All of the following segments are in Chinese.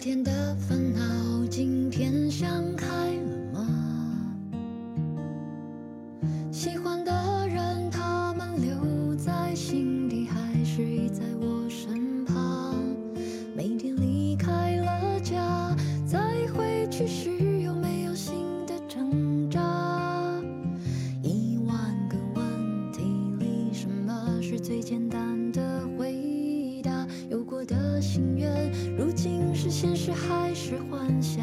天的烦恼今天想开了吗？喜欢的人他们留在心底，还是已在我身旁？每天离开了家，再回去时有没有新的挣扎？10000个问题里，什么是最简单的回答？有过的心愿，如今是现实还是幻想？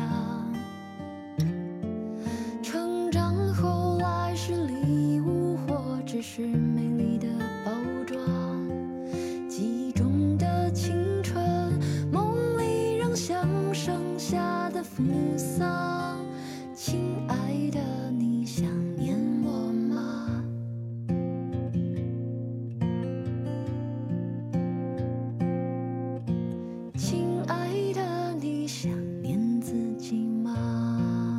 成长后来是礼物，或只是美丽的包装？记忆中的青春，梦里仍像盛夏的扶桑。亲爱的，你想念我吗？亲爱的，你想念自己吗？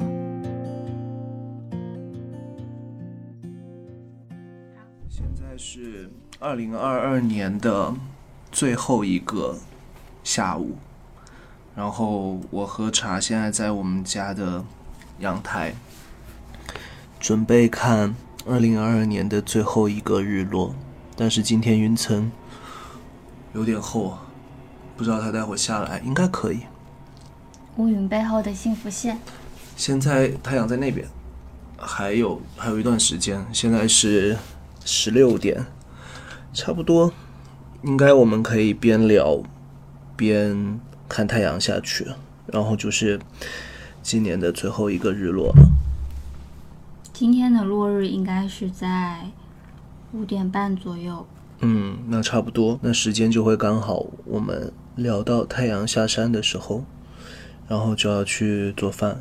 现在是2022年的最后一个下午，然后我和茶现在在我们家的阳台，准备看2022年的最后一个日落。但是今天云层有点厚，不知道它待会下来应该可以。 乌云背后的幸福线。 现在太阳在那边，还有一段时间，现在是16点，差不多应该我们可以边聊边看太阳下去，然后就是今年的最后一个日落了。 今天的落日应该是在5点半左右。 那差不多，那时间就会刚好我们聊到太阳下山的时候，然后就要去做饭。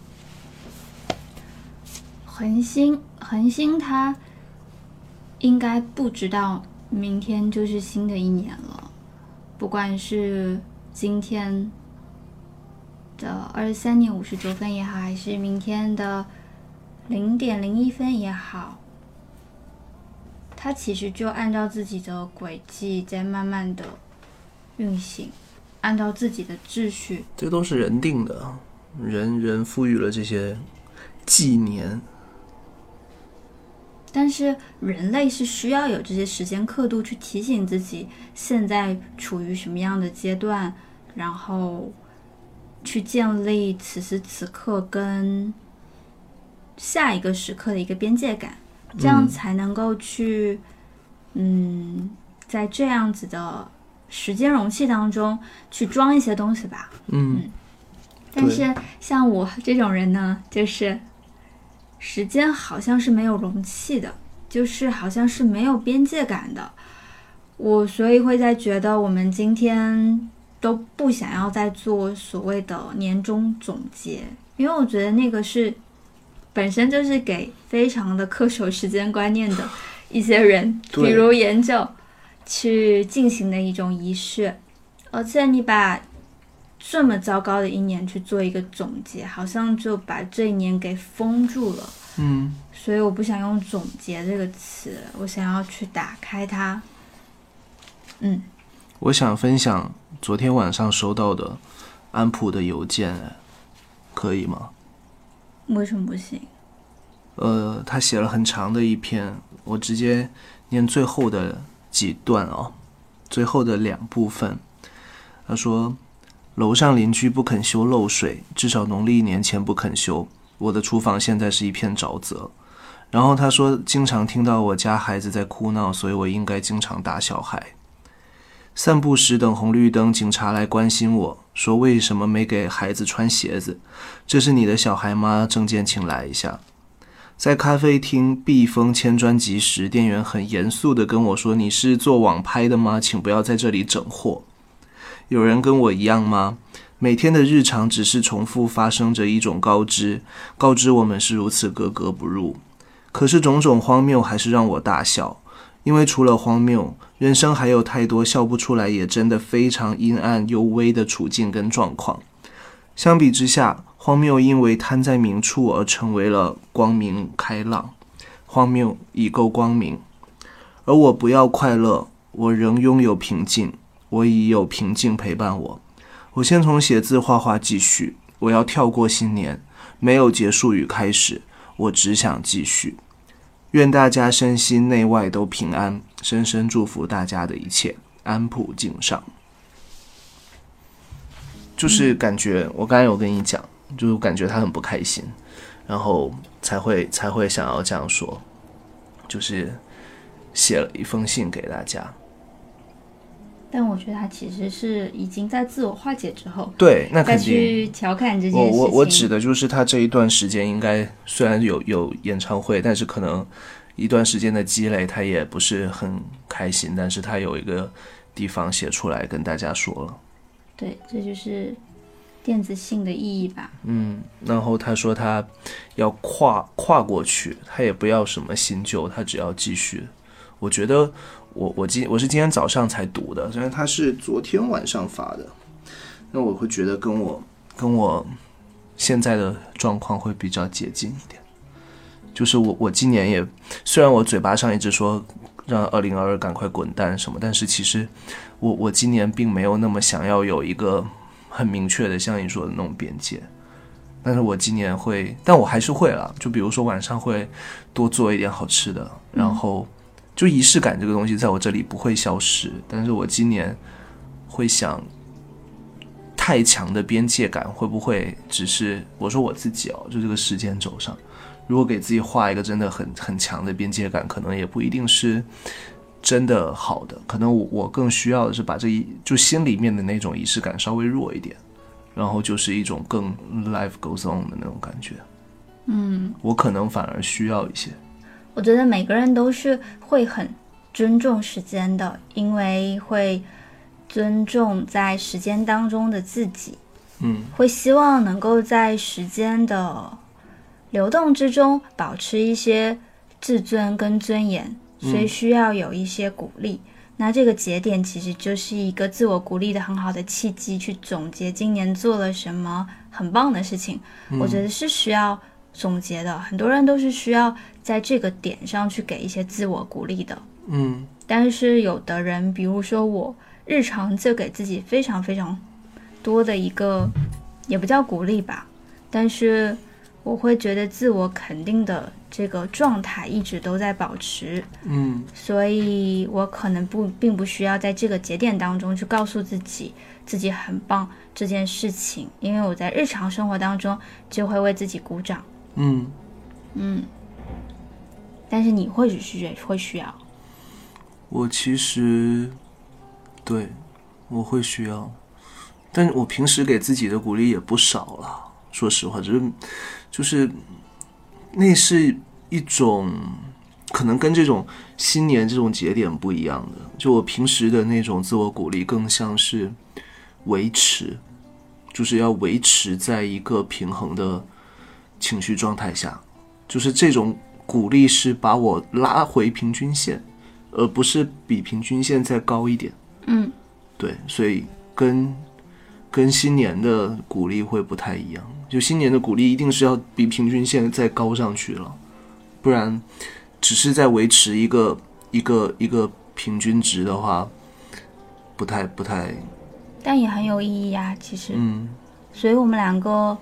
恒星它应该不知道明天就是新的一年了，不管是今天的23点59分也好，还是明天的0点01分也好，它其实就按照自己的轨迹在慢慢的运行，按照自己的秩序。 这都是人定的，人赋予了这些纪年。 但是人类是需要有这些时间刻度去提醒自己现在处于什么样的阶段，然后去建立此时此刻跟下一个时刻的一个边界感，这样才能够去在这样子的时间容器当中去装一些东西吧。但是像我这种人呢，就是时间好像是没有容器的，就是好像是没有边界感的。我所以会在觉得我们今天都不想要再做所谓的年终总结，因为我觉得那个是本身就是给非常的恪守时间观念的一些人，比如研究去进行的一种仪式。而且你把这么糟糕的一年去做一个总结，好像就把这一年给封住了。所以我不想用总结这个词，我想要去打开它。 我想分享昨天晚上收到的安普的邮件，可以吗？ 为什么不行？ 他写了很长的一篇，我直接念最后的几段啊，最后的2部分。他说，楼上邻居不肯修漏水，至少农历年前不肯修，我的厨房现在是一片沼泽。然后他说，经常听到我家孩子在哭闹，所以我应该经常打小孩。散步时等红绿灯，警察来关心我，说为什么没给孩子穿鞋子？这是你的小孩吗？证件请来一下。在咖啡厅避风签专辑时，店员很严肃地跟我说，你是做网拍的吗？请不要在这里整货。有人跟我一样吗？每天的日常只是重复发生着一种告知我们是如此格格不入。可是种种荒谬还是让我大笑，因为除了荒谬，人生还有太多笑不出来也真的非常阴暗幽微的处境跟状况。相比之下，荒谬因为摊在明处而成为了光明开朗，荒谬已够光明。而我不要快乐，我仍拥有平静，我已有平静陪伴我。 我先从写字画画继续，我要跳过新年，没有结束与开始，我只想继续。愿大家身心内外都平安，深深祝福大家的一切安普敬上。就是感觉我刚才有跟你讲，就是感觉他很不开心，然后才会想要这样说，就是写了一封信给大家。 但我觉得他其实是已经在自我化解之后， 对，那肯定再去调侃这件事情。 我指的就是他这一段时间应该虽然有演唱会，但是可能一段时间的积累，他也不是很开心，但是他有一个地方写出来跟大家说了。 对，这就是电子信的意义吧。 然后他说他要跨过去，他也不要什么新旧，他只要继续。我觉得我是今天早上才读的，虽然他是昨天晚上发的，那我会觉得跟我现在的状况会比较接近一点。就是我今年也虽然我嘴巴上一直说让2022赶快滚蛋什么，但是其实我今年并没有那么想要有一个很明确的像你说的那种边界。但是我今年会，但我还是会啦，就比如说晚上会多做一点好吃的，然后就仪式感这个东西在我这里不会消失，但是我今年会想太强的边界感会不会只是我说我自己就这个时间轴上，如果给自己画一个真的很强的边界感，可能也不一定是真的好的，可能我更需要的是把就心里面的那种仪式感稍微弱一点，然后就是一种更 life goes on 的那种感觉。我可能反而需要一些。 我觉得每个人都是会很尊重时间的，因为会尊重在时间当中的自己，会希望能够在时间的流动之中保持一些自尊跟尊严，所以需要有一些鼓励。那这个节点其实就是一个自我鼓励的很好的契机，去总结今年做了什么很棒的事情。我觉得是需要总结的，很多人都是需要在这个点上去给一些自我鼓励的。但是有的人，比如说我日常就给自己非常非常多的一个，也不叫鼓励吧，但是我会觉得自我肯定的这个状态一直都在保持。所以我可能并不需要在这个节点当中去告诉自己很棒这件事情，因为我在日常生活当中就会为自己鼓掌。但是你或许是会需要。 我其实对我会需要，但我平时给自己的鼓励也不少了，说实话，就是那是一种可能跟这种新年这种节点不一样的，就我平时的那种自我鼓励更像是维持，就是要维持在一个平衡的情绪状态下，就是这种鼓励是把我拉回平均线，而不是比平均线再高一点。对，所以跟新年的鼓励会不太一样，就新年的鼓励一定是要比平均线再高上去了，不然只是在维持一个平均值的话，不太， 但也很有意义啊，其实。所以我们两个，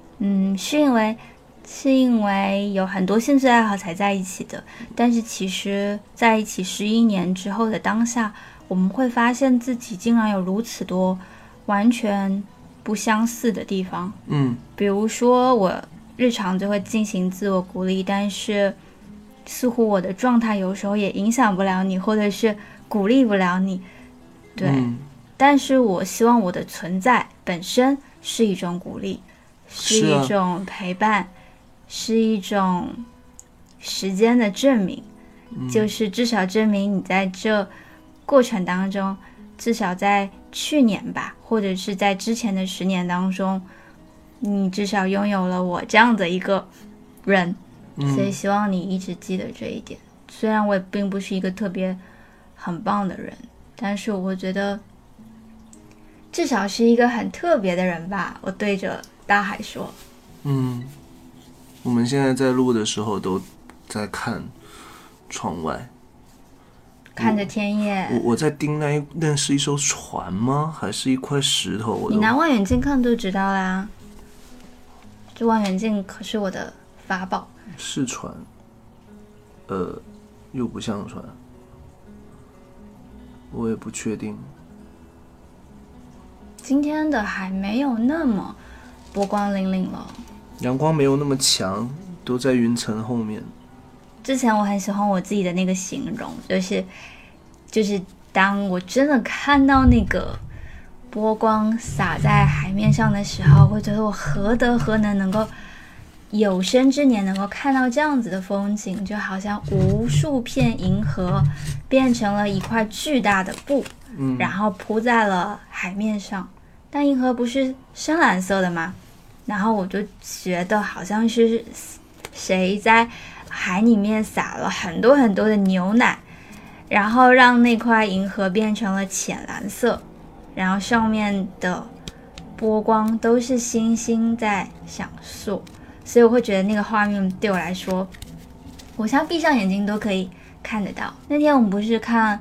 是因为有很多兴趣爱好才在一起的，但是其实在一起11年之后的当下，我们会发现自己竟然有如此多完全不相似的地方。比如说我日常就会进行自我鼓励，但是似乎我的状态有时候也影响不了你，或者是鼓励不了你。对，但是我希望我的存在本身是一种鼓励，是一种陪伴，是一种时间的证明，就是至少证明你在这过程当中，至少在去年吧，或者是在之前的10年当中，你至少拥有了我这样的一个人。所以希望你一直记得这一点。虽然我也并不是一个特别很棒的人，但是我会觉得至少是一个很特别的人吧，我对着大海说。 我们现在在录的时候都在看窗外， 看着天叶。 我在盯那是一艘船吗？还是一块石头？ 你拿望远镜看就知道啦。这望远镜可是我的法宝。 是船，又不像船，我也不确定。 今天的海没有那么波光粼粼了， 阳光没有那么强，都在云层后面。 之前我很喜欢我自己的那个形容，就是当我真的看到那个波光洒在海面上的时候，会觉得我何德何能够有生之年能够看到这样子的风景，就好像无数片银河变成了一块巨大的布，然后铺在了海面上。但银河不是深蓝色的吗？然后我就觉得好像是谁在海里面撒了很多很多的牛奶，然后让那块银河变成了浅蓝色，然后上面的波光都是星星在闪烁，所以我会觉得那个画面对我来说，我现在闭上眼睛都可以看得到。那天我们不是看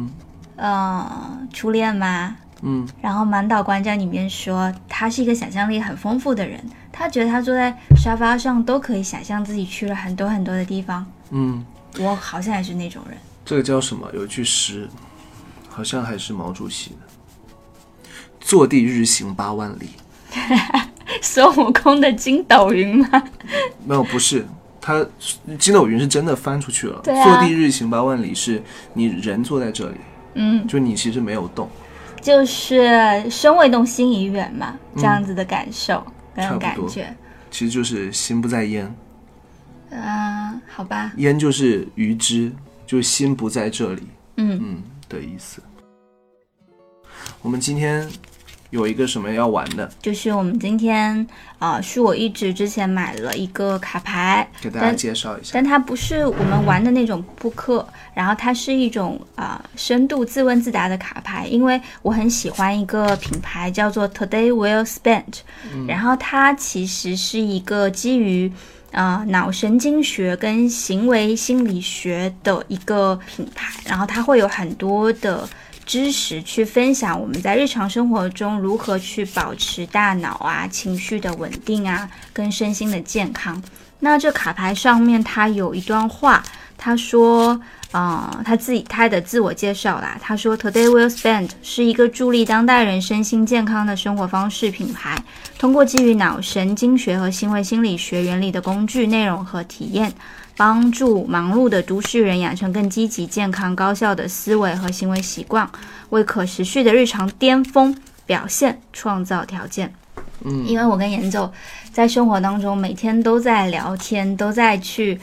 初恋吗？然后满岛光在里面说他是一个想象力很丰富的人，他觉得他坐在沙发上都可以想象自己去了很多很多的地方。我好像也是那种人。 这个叫什么？有句诗，好像还是毛主席的，坐地日行8万里。 孙悟空的筋斗云吗？ 没有，不是，他筋斗云是真的翻出去了。 对啊， 坐地日行8万里是你人坐在这里，就你其实没有动， 就是身未动心已远嘛，这样子的感受跟感觉， 其实就是心不在焉。 好吧， 焉就是于之，就是心不在这里，的意思。我们今天有一个什么要玩的？就是我们今天是我一直之前买了一个卡牌， 给大家介绍一下。 但它不是我们玩的那种扑克，然后它是一种深度自问自答的卡牌。因为我很喜欢一个品牌叫做 Today Well Spent，然后它其实是一个基于脑神经学跟行为心理学的一个品牌，然后它会有很多的知识去分享我们在日常生活中如何去保持大脑情绪的稳定跟身心的健康。那这卡牌上面它有一段话，他说他的自我介绍啦，他说 Today Well Spent 是一个助力当代人身心健康的生活方式品牌，通过基于脑神经学和行为心理学原理的工具、内容和体验，帮助忙碌的都市人养成更积极、健康、高效的思维和行为习惯，为可持续的日常巅峰表现创造条件。因为我跟严总在生活当中每天都在聊天，都在去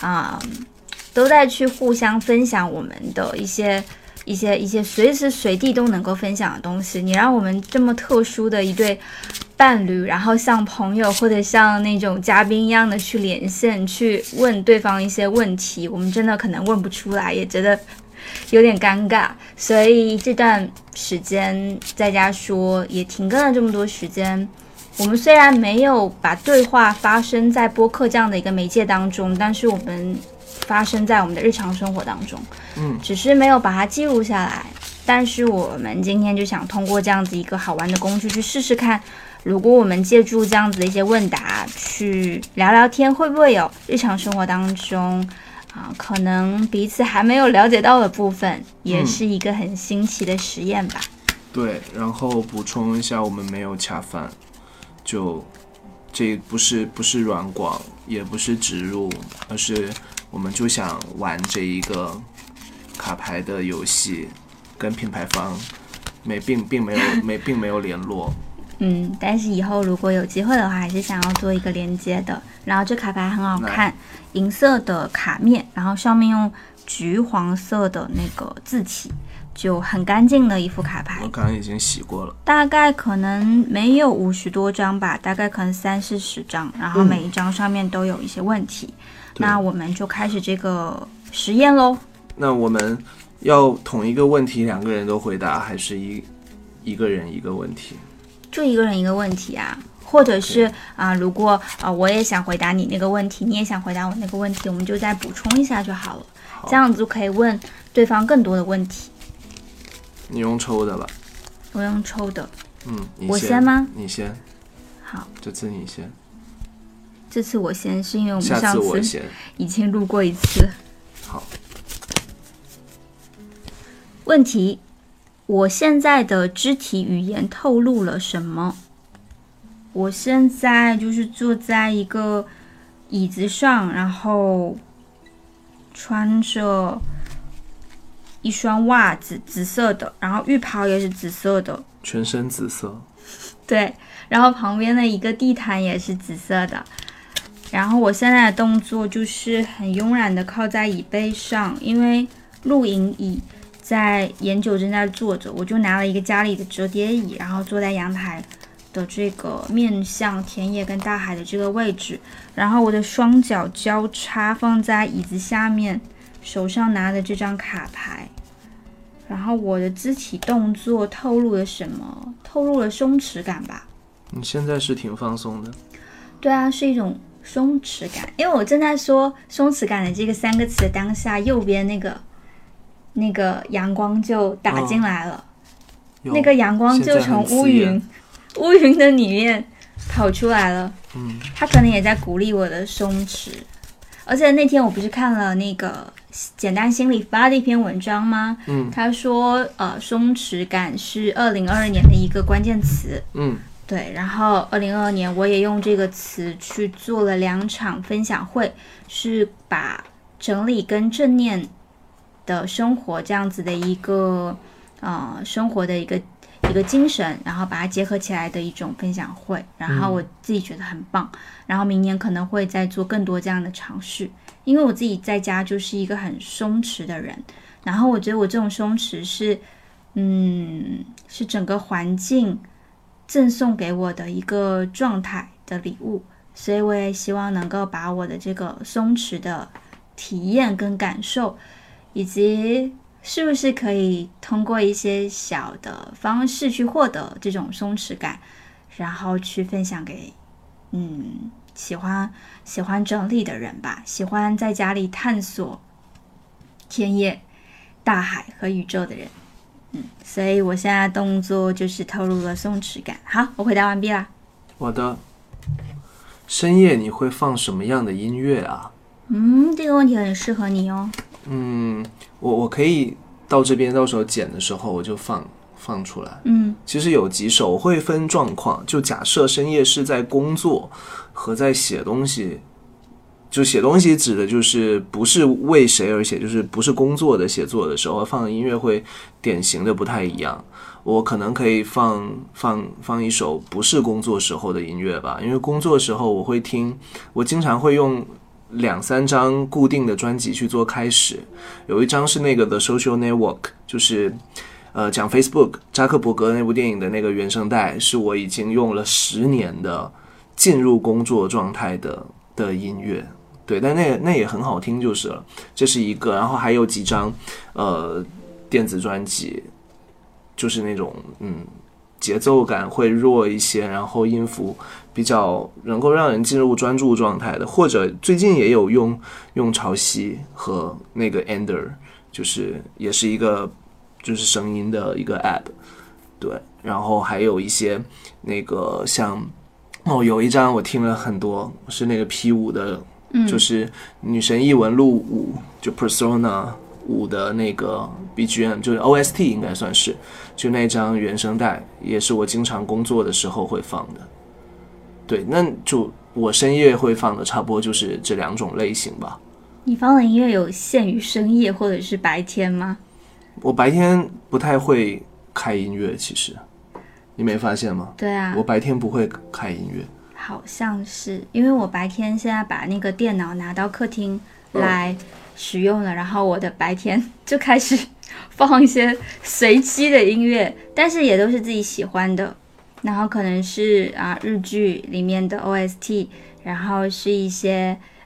互相分享我们的一些随时随地都能够分享的东西。你让我们这么特殊的一对伴侣，然后像朋友或者像那种嘉宾一样的去连线，去问对方一些问题，我们真的可能问不出来，也觉得有点尴尬。所以这段时间在家说也停更了这么多时间，我们虽然没有把对话发生在播客这样的一个媒介当中，但是我们发生在我们的日常生活当中，只是没有把它记录下来。但是我们今天就想通过这样子一个好玩的工具去试试看，如果我们借助这样子的一些问答去聊聊天，会不会有日常生活当中可能彼此还没有了解到的部分，也是一个很新奇的实验吧。 对，然后补充一下，我们没有恰饭，就这不是软广，也不是植入，而是我们就想玩这一个卡牌的游戏，跟品牌方并没有联络。 但是以后如果有机会的话，还是想要做一个连接的。然后这卡牌很好看，银色的卡面，然后上面用橘黄色的那个字体，就很干净的一副卡牌。 我刚刚已经洗过了， 大概可能没有50多张吧，大概可能30-40张，然后每一张上面都有一些问题。那我们就开始这个实验咯。 那我们要同一个问题2个人都回答，还是一个人一个问题？ 就一个人一个问题啊。 或者是如果我也想回答你那个问题，你也想回答我那个问题，我们就再补充一下就好了，这样子就可以问对方更多的问题。 你用抽的吧？ 我用抽的。 我先吗？ 你先。 好， 这次你先。 这次我先，是因为我们上次已经录过一次。 好。 问题：我现在的肢体语言透露了什么？我现在就是坐在一个椅子上，然后穿着一双袜子，紫色的，然后浴袍也是紫色的， 全身紫色。 对，然后旁边的一个地毯也是紫色的。然后我现在的动作就是很慵懒的靠在椅背上，因为露营椅在研究正在坐着，我就拿了一个家里的折叠椅，然后坐在阳台的这个面向田野跟大海的这个位置，然后我的双脚交叉放在椅子下面，手上拿的这张卡牌。然后我的肢体动作透露了什么？透露了松弛感吧。 你现在是挺放松的。 对啊，是一种松弛感。因为我正在说松弛感的这个3个词的当下，右边那个阳光就打进来了，那个阳光就从乌云的里面跑出来了。他可能也在鼓励我的松弛。而且那天我不是看了那个简单心理发的一篇文章吗？他说松弛感是2022年的一个关键词。对，然后2022年我也用这个词去做了2场分享会，是把整理跟正念的生活这样子的一个生活的一个精神，然后把它结合起来的一种分享会，然后我自己觉得很棒，然后明年可能会再做更多这样的尝试，因为我自己在家就是一个很松弛的人，然后我觉得我这种松弛是整个环境赠送给我的一个状态的礼物，所以我也希望能够把我的这个松弛的体验跟感受，以及是不是可以通过一些小的方式去获得这种松弛感，然后去分享给喜欢整理的人吧，喜欢在家里探索田野、大海和宇宙的人。所以我现在动作就是透露了松弛感。好，我回答完毕啦。 我的深夜你会放什么样的音乐啊？ 这个问题很适合你哦。 我可以到这边，到时候剪的时候我就放出来。其实有几首我会分状况，就假设深夜是在工作和在写东西。就写东西指的就是不是为谁而写，就是不是工作的写作的时候放的音乐会典型的不太一样。我可能可以放一首不是工作时候的音乐吧，因为工作时候我经常会用2-3张固定的专辑去做开始。有一张是那个 The Social Network， 就是讲 Facebook 扎克伯格那部电影的那个原声带，是我已经用了10年的进入工作状态的音乐。对，但那也很好听就是了。这是一个，然后还有几张电子专辑，就是那种节奏感会弱一些，然后音符比较能够让人进入专注状态的，或者最近也有用潮汐和那个 Ender， 就是也是一个就是声音的一个 app。对，然后还有一些那个像有一张我听了很多，是那个 P5 的。就是女神异闻录5，就 Persona 5的那个 BGM， 就是 OST 应该算是，就那张原声带，也是我经常工作的时候会放的。对，那就我深夜会放的差不多就是这2种类型吧。 你放的音乐有限于深夜或者是白天吗？ 我白天不太会开音乐，其实你没发现吗？ 对啊， 我白天不会开音乐。 好像是，因为我白天现在把那个电脑拿到客厅来使用了，然后我的白天就开始放一些随机的音乐，但是也都是自己喜欢的，然后可能是日剧里面的 OST， 然后是一些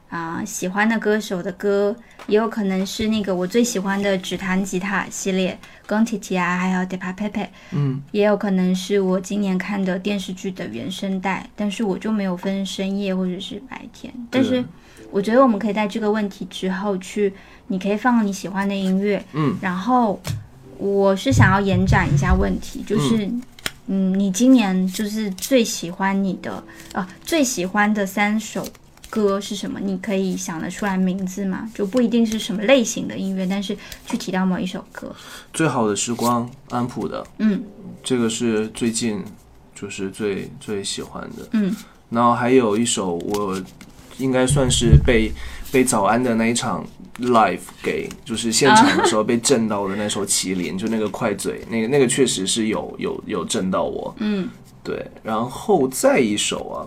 喜欢的歌手的歌，也有可能是那个我最喜欢的只弹吉他系列 Gonti 啊，还有 Depa Pepe， 也有可能是我今年看的电视剧的原声带，但是我就没有分深夜或者是白天。但是我觉得我们可以在这个问题之后去，你可以放你喜欢的音乐，然后我是想要延展一下问题，就是你今年就是最喜欢最喜欢的3首歌是什么？你可以想得出来名字吗？就不一定是什么类型的音乐，但是去提到某一首歌。 最好的时光，安普的，这个是最近就是最喜欢的，然后还有一首我应该算是被早安的那一场 live 给就是现场的时候被震到的那首麒麟，就那个快嘴，那个确实是有震到我，对，然后再一首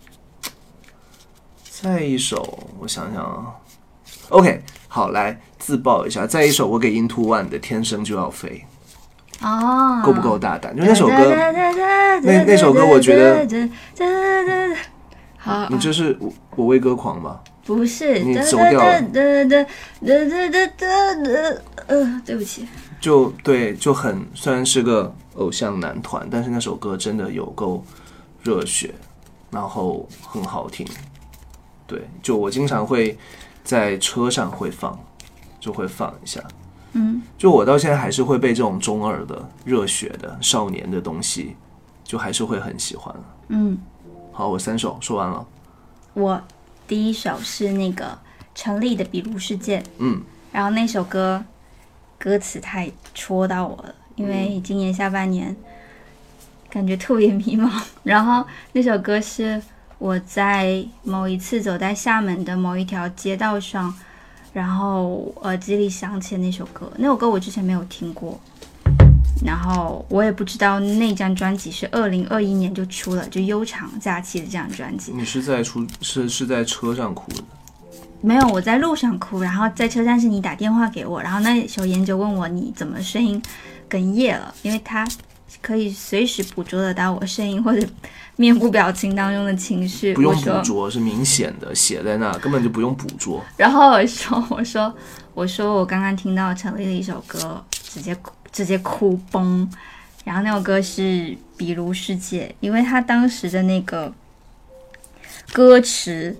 我想想啊 ，OK， 好，来自爆一下，再一首我给 Into One 的《天生就要飞》，够不够大胆？就那首歌，那首歌我觉得， 好， 你这是我为歌狂吧？ 不是， 你走掉了， 对不起， 就很虽然是个偶像男团，但是那首歌真的有够热血，然后很好听。对，就我经常会在车上会放一下，就我到现在还是会被这种中二的、热血的、少年的东西，就还是会很喜欢。好，我3首说完了。 我第一首是那个陈粒的《比如世界》，然后那首歌歌词太戳到我了，因为今年下半年感觉特别迷茫，然后那首歌是我在某一次走在厦门的某一条街道上，然后耳机里响起那首歌。那首歌我之前没有听过，然后我也不知道那张专辑是2021年就出了，就悠长假期的这张专辑。 你是在车上哭的？ 没有，我在路上哭，然后在车站是你打电话给我，然后那时候研究问我你怎么声音哽咽了，因为他可以随时捕捉得到我声音或者面部表情当中的情绪。 不用捕捉，是明显的写在那，根本就不用捕捉。 然后我说我刚刚听到陈粒的一首歌，直接哭崩。然后那首歌是《比如世界》，因为他当时的那个歌词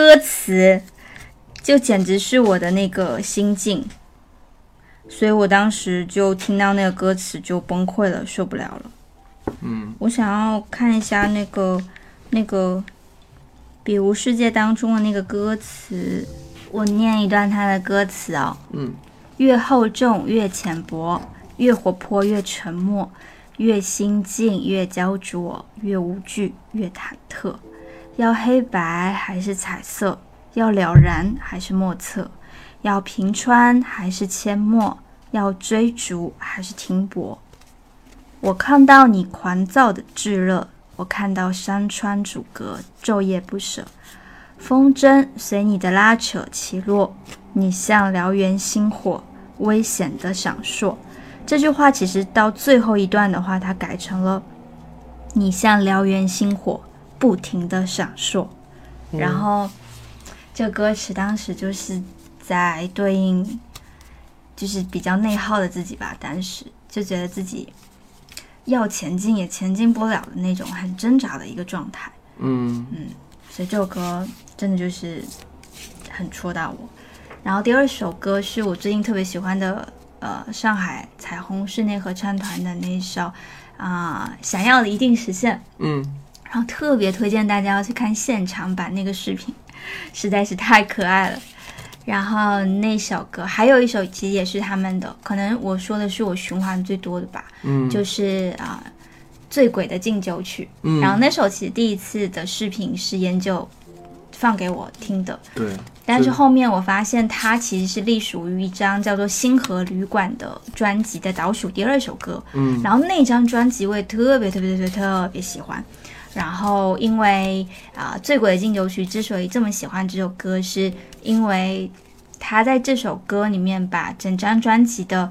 就简直是我的那个心境，所以我当时就听到那个歌词就崩溃了，受不了了。我想要看一下那个比如世界当中的那个歌词，我念一段它的歌词哦。越厚重越浅薄，越活泼越沉默，越心境越焦灼，越无惧越忐忑。要黑白还是彩色？要了然还是莫测？要平川还是阡陌？要追逐还是停泊？我看到你狂躁的炙热，我看到山川阻隔，昼夜不舍。风筝随你的拉扯起落，你像燎原星火，危险的闪烁。这句话其实到最后一段的话，它改成了你像燎原星火，不停的闪烁。然后这歌词当时就是在对应就是比较内耗的自己吧，当时就觉得自己要前进也前进不了的那种很挣扎的一个状态。所以这首歌真的就是很戳到我。然后第二首歌是我最近特别喜欢的上海彩虹室内合唱团的那一首想要的一定实现。然后特别推荐大家要去看现场版那个视频，实在是太可爱了。然后那首歌还有一首其实也是他们的，可能我说的是我循环最多的吧，就是醉鬼的敬酒曲。然后那首其实第一次的视频是研究放给我听的， 对， 但是后面我发现它其实是隶属于一张叫做星河旅馆的专辑的倒数第2首歌。然后那张专辑我也特别喜欢。然后因为醉鬼的敬酒曲之所以这么喜欢这首歌，是因为他在这首歌里面把整张专辑的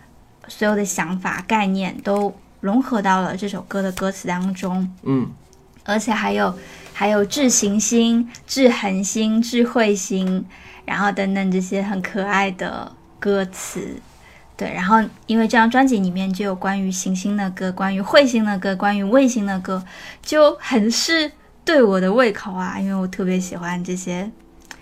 所有的想法概念都融合到了这首歌的歌词当中。 而且还有智行星、智恒星、智慧星，然后等等这些很可爱的歌词。对，然后因为这张专辑里面就有关于行星的歌，关于彗星的歌，关于卫星的歌，就很是对我的胃口啊，因为我特别喜欢这些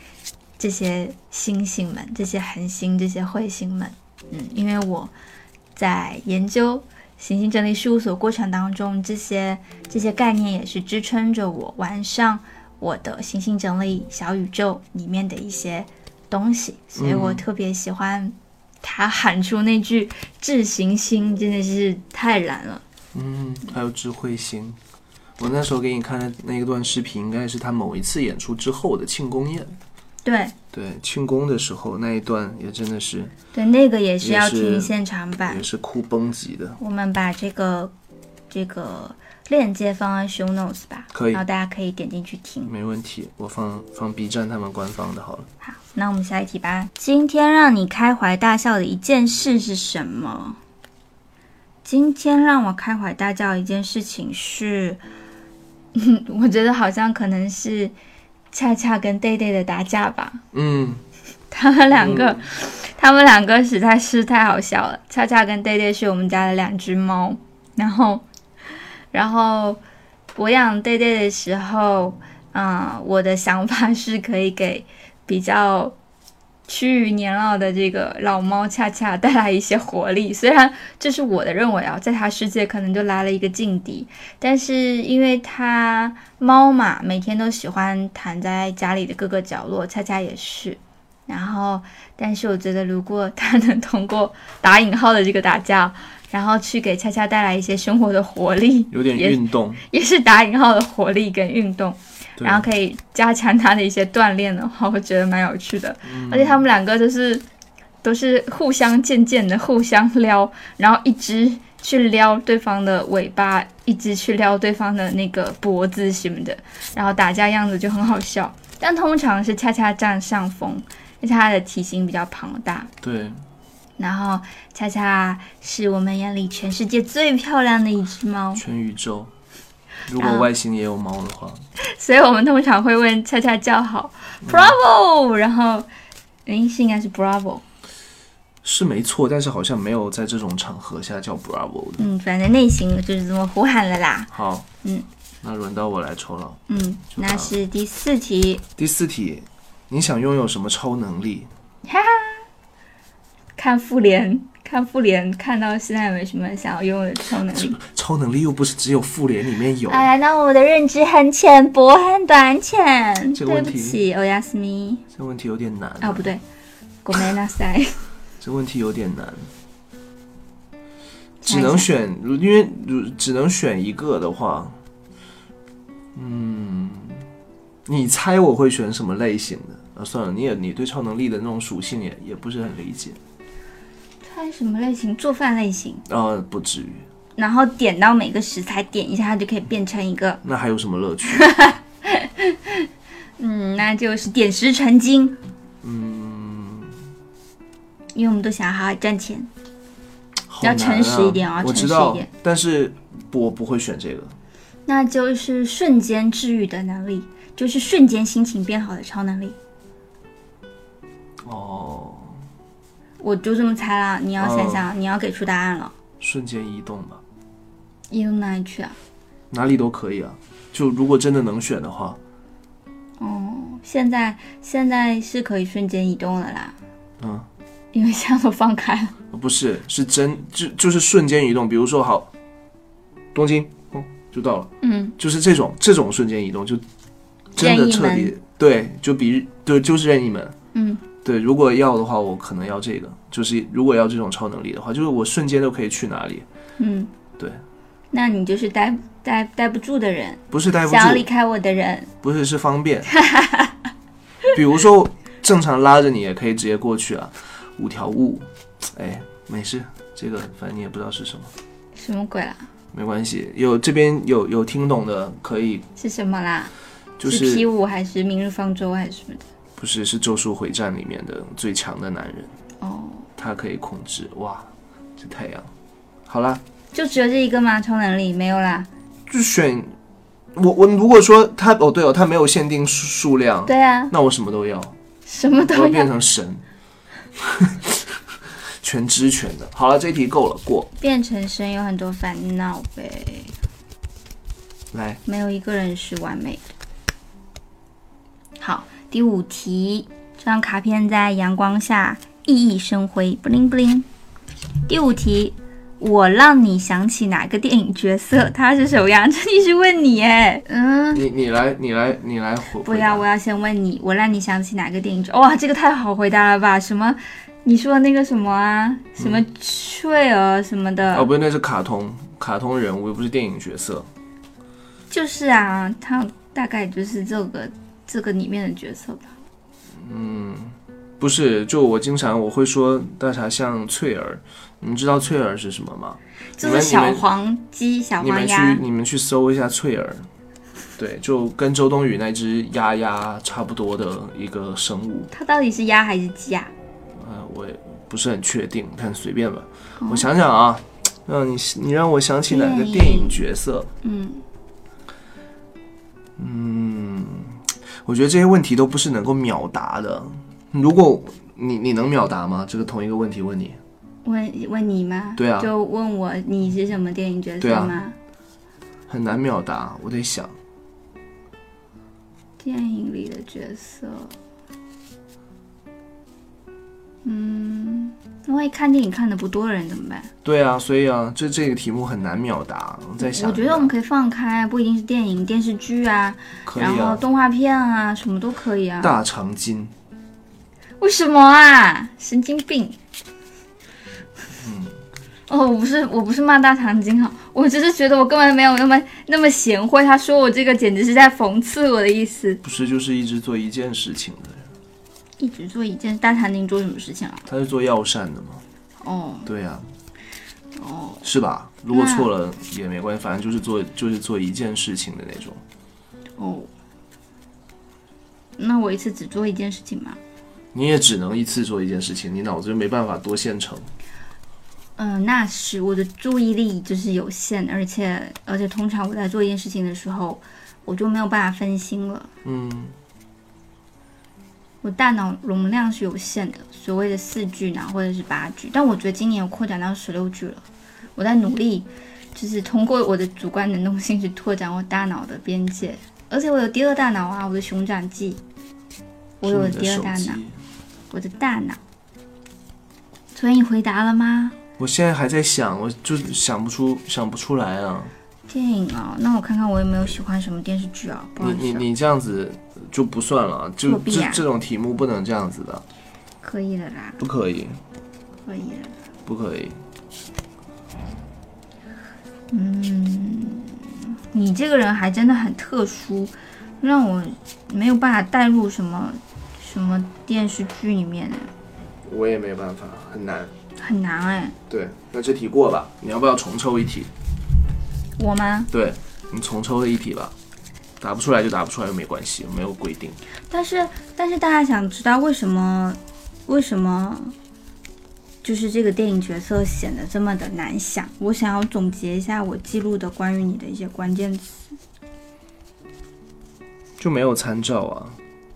星星们，这些恒星，这些彗星们。因为我在研究行星整理事务所过程当中，这些概念也是支撑着我完善我的行星整理小宇宙里面的一些东西，所以我特别喜欢他喊出那句智行星，真的是太燃了。 还有智慧星，我那时候给你看的那一段视频应该是他某一次演出之后的庆功宴。对，庆功的时候那一段也真的是， 对，那个也是要听现场版， 也是哭崩级的。 我们把这个链接放在 show notes 吧， 可以， 然后大家可以点进去听。 没问题，我放 B 站他们官方的好了。 好，那我们下一题吧。今天让你开怀大笑的一件事是什么？今天让我开怀大笑的一件事情是，我觉得好像可能是恰恰跟 Day 的打架吧。他们两个实在是太好笑了。恰恰跟 Day 是我们家的2只猫，然后我养 Day 的时候，我的想法是可以给比较趋于年老的这个老猫恰恰带来一些活力，虽然这是我的认为啊，在它世界可能就来了一个劲敌，但是因为它猫嘛，每天都喜欢躺在家里的各个角落，恰恰也是。然后但是我觉得如果它能通过打引号的这个打架，然后去给恰恰带来一些生活的活力， 有点运动， 也是打引号的活力跟运动，然后可以加强他的一些锻炼的话，我觉得蛮有趣的。而且他们两个都是互相渐的互相撩，然后一只去撩对方的尾巴，一只去撩对方的那个脖子什么的，然后打架样子就很好笑。但通常是恰恰占上风，因为他的体型比较庞大。 对。 然后恰恰是我们眼里全世界最漂亮的一只猫， 全宇宙。如果外星也有猫的话， 所以我们通常会问恰恰叫好 Bravo， 然后是应该是 Bravo， 是没错，但是好像没有在这种场合下叫 Bravo 的。 反正内心就是这么呼喊了啦。 好，那轮到我来抽了。 那是第4题。 第4题，你想拥有什么超能力？ 哈哈，看复联看到现在有没有什么想要拥有的超能力？ 超能力又不是只有复联里面有。 哎呀，那我的认知很浅薄，很短浅。 这个问题对不起，欧亚斯米。 这个问题有点难。 不对，ごめんなさい。 这个问题有点难，只能选，因为只能选一个的话，你猜我会选什么类型的？算了，你对超能力的那种属性也不是很理解。 猜什么类型？做饭类型？ 不至于。 然后点到每个食材，点一下它就可以变成一个。 那还有什么乐趣？ 那就是点石成金。因为我们都想好好赚钱，要诚实一点啊！ 我知道，但是我不会选这个。 那就是瞬间治愈的能力，就是瞬间心情变好的超能力。我就这么猜啦，你要想想，你要给出答案了。 瞬间移动吧。 移动哪里去啊？ 哪里都可以啊，就如果真的能选的话。 现在是可以瞬间移动的啦。因为现在都放开了。 不是，是就是瞬间移动。比如说，好，东京，就到了。就是这种瞬间移动，就真的彻底对，就是任意门。对，如果要的话，我可能要这个。就是如果要这种超能力的话，就是我瞬间都可以去哪里。对。那你就是待不住的人。 不是待不住， 想要离开我的人。 不是，是方便。比如说，正常拉着你也可以直接过去啊。5条悟，没事，这个反正你也不知道是什么。 什么鬼啦？ 没关系，这边有听懂的可以。 是什么啦？ 就是是 P5还是明日方舟还是什么的？ 不是，是咒术回战里面的最强的男人。他可以控制，哇，这太阳。好啦， 就只有这一个吗？超能力没有啦？ 就选， 我如果说它对哦，它没有限定数量， 对啊， 那我什么都要， 什么都我要变成神，全知全的。好了，这题够了，过。 变成神有很多烦恼呗， 来， 没有一个人是完美的。好，第5题，这张卡片在阳光下熠熠生辉 ，bling bling。第5题，我让你想起哪个电影角色？他是什么样？这题是问你哎， 你来回。 不要，我要先问你，我让你想起哪个电影角色？哇，这个太好回答了吧？什么？你说的那个什么啊？什么翠儿什么的？ 哦，不是，那是卡通人物，又不是电影角色。 就是啊，他大概就是这个里面的角色吧。 不是，就我经常会说大茶像翠儿，你们知道翠儿是什么吗？ 就是小黄鸡、小黄鸭。 你们去搜一下翠儿，对，就跟周冬雨那只鸭差不多的一个生物。 它到底是鸭还是鸡啊？ 我也不是很确定，但随便吧。我想想啊，你让我想起哪个电影角色？我觉得这些问题都不是能够秒答的。如果你能秒答吗？这个同一个问题问你， 问你吗？ 对啊， 就问我你是什么电影角色吗？ 啊、很难秒答，我得想。 电影里的角色，万一看电影看的不多的人怎么办？ 对啊，所以啊，这个题目很难秒答。我在想， 我觉得我们可以放开，不一定是电影、电视剧啊， 可以啊， 然后动画片啊，什么都可以啊。 大长今。 为什么啊？神经病！我不是骂大长今哈，我只是觉得我根本没有那么贤惠。他说我这个简直是在讽刺我的意思。 不是，就是一直做一件事情的人。 一直做一件，大长今做什么事情啊？ 他是做药膳的嘛。 哦， 对啊。 哦， 是吧？如果错了也没关系，反正就是做一件事情的那种。 哦，那我一次只做一件事情吗？ 你也只能一次做一件事情，你脑子就没办法多线程。 那是我的注意力就是有限，而且通常我在做一件事情的时候，我就没有办法分心了。我大脑容量是有限的，所谓的4G脑或者是8G，但我觉得今年有扩展到16G了。我在努力，就是通过我的主观能动性去拓展我大脑的边界，而且我有第2大脑啊，我的熊掌记，我有第2大脑，我的大脑。所以你回答了吗？ 我现在还在想，我就想不出来啊。 电影啊，那我看看我有没有喜欢什么电视剧啊？不好意思， 你这样子就不算了，就这种题目不能这样子的。 可以的啦。 不可以。 可以的。 不可以。 你这个人还真的很特殊，让我没有办法带入什么电视剧里面。 我也没办法，很难。 很难哎。 对，那这题过吧。你要不要重抽一题？我吗？ 对，你重抽了一题吧。答不出来就答不出来又没关系，没有规定。 但是大家想知道为什么就是这个电影角色显得这么的难想？我想要总结一下我记录的关于你的一些关键词。 就没有参照啊。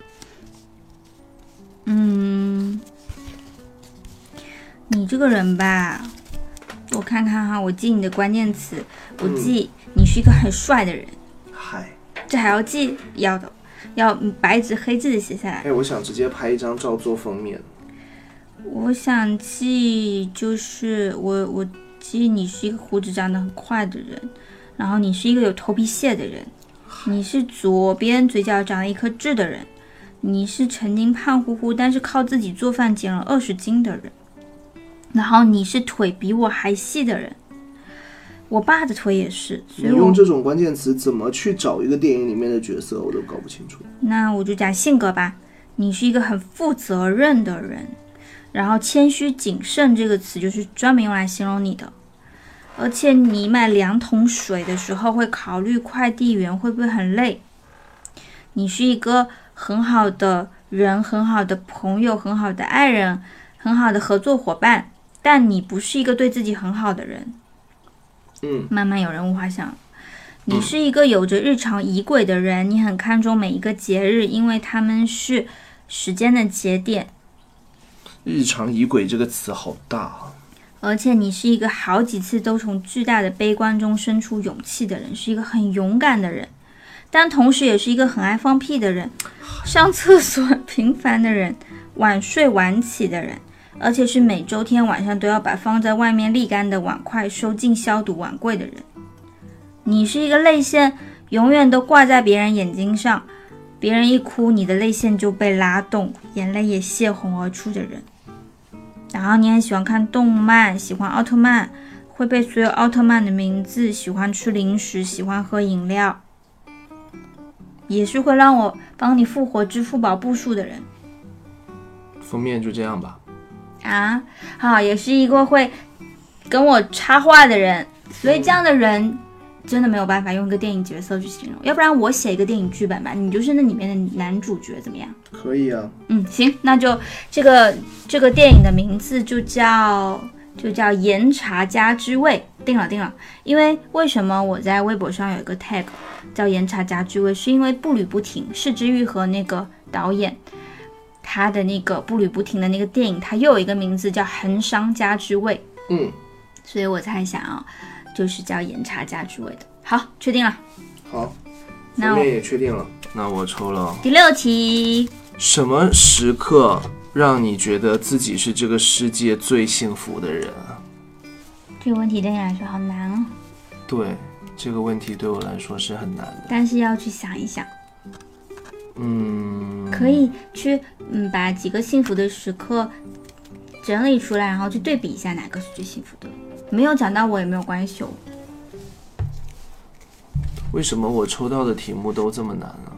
你这个人吧，我看看哈，我记你的关键词，我记你是一个很帅的人。 嗨， 这还要记？要的，要白纸黑字的写下来。 我想直接拍一张照做封面。 我想记就是我记你是一个胡子长得很快的人，然后你是一个有头皮屑的人，你是左边嘴角长了一颗痣的人，你是曾经胖乎乎但是靠自己做饭减了20斤的人。然后你是腿比我还细的人，我爸的腿也是。所以你用这种关键词怎么去找一个电影里面的角色，我都搞不清楚。 那我就讲性格吧，你是一个很负责任的人，然后谦虚谨慎这个词就是专门用来形容你的。而且你买2桶水的时候会考虑快递员会不会很累。你是一个很好的人，很好的朋友，很好的爱人，很好的合作伙伴。但你不是一个对自己很好的人。慢慢有人物画像。 你是一个有着日常仪轨的人，你很看重每一个节日，因为他们是时间的节点。 日常仪轨这个词好大啊。 而且你是一个好几次都从巨大的悲观中生出勇气的人，是一个很勇敢的人，但同时也是一个很爱放屁的人，上厕所频繁的人，晚睡晚起的人，而且是每周天晚上都要把放在外面沥干的碗筷收进消毒碗柜的人。你是一个泪腺永远都挂在别人眼睛上，别人一哭你的泪腺就被拉动，眼泪也泄洪而出的人。然后你很喜欢看动漫，喜欢奥特曼，会背所有奥特曼的名字，喜欢吃零食，喜欢喝饮料，也是会让我帮你复活支付宝步数的人。 封面就这样吧。 啊，好，也是一个会跟我插话的人，所以这样的人真的没有办法用一个电影角色去形容，要不然我写一个电影剧本吧，你就是那里面的男主角，怎么样？ 可以啊。 行，那就这个电影的名字就叫盐茶家之味，定了。因为为什么我在微博上有一个 tag 叫盐茶家之味，是因为步履不停，是之愈和那个导演他的那个步履不停的那个电影，他又有一个名字叫横商家之味，所以我才想要就是叫盐茶家之味的。好，确定了。 好， 那封面也确定了。那我抽了第6题。 什么时刻让你觉得自己是这个世界最幸福的人啊？ 这个问题对你来说好难哦。 对，这个问题对我来说是很难的。 但是要去想一想。可以去把几个幸福的时刻整理出来，然后去对比一下哪个是最幸福的。没有讲到我也没有关系哦。 为什么我抽到的题目都这么难啊？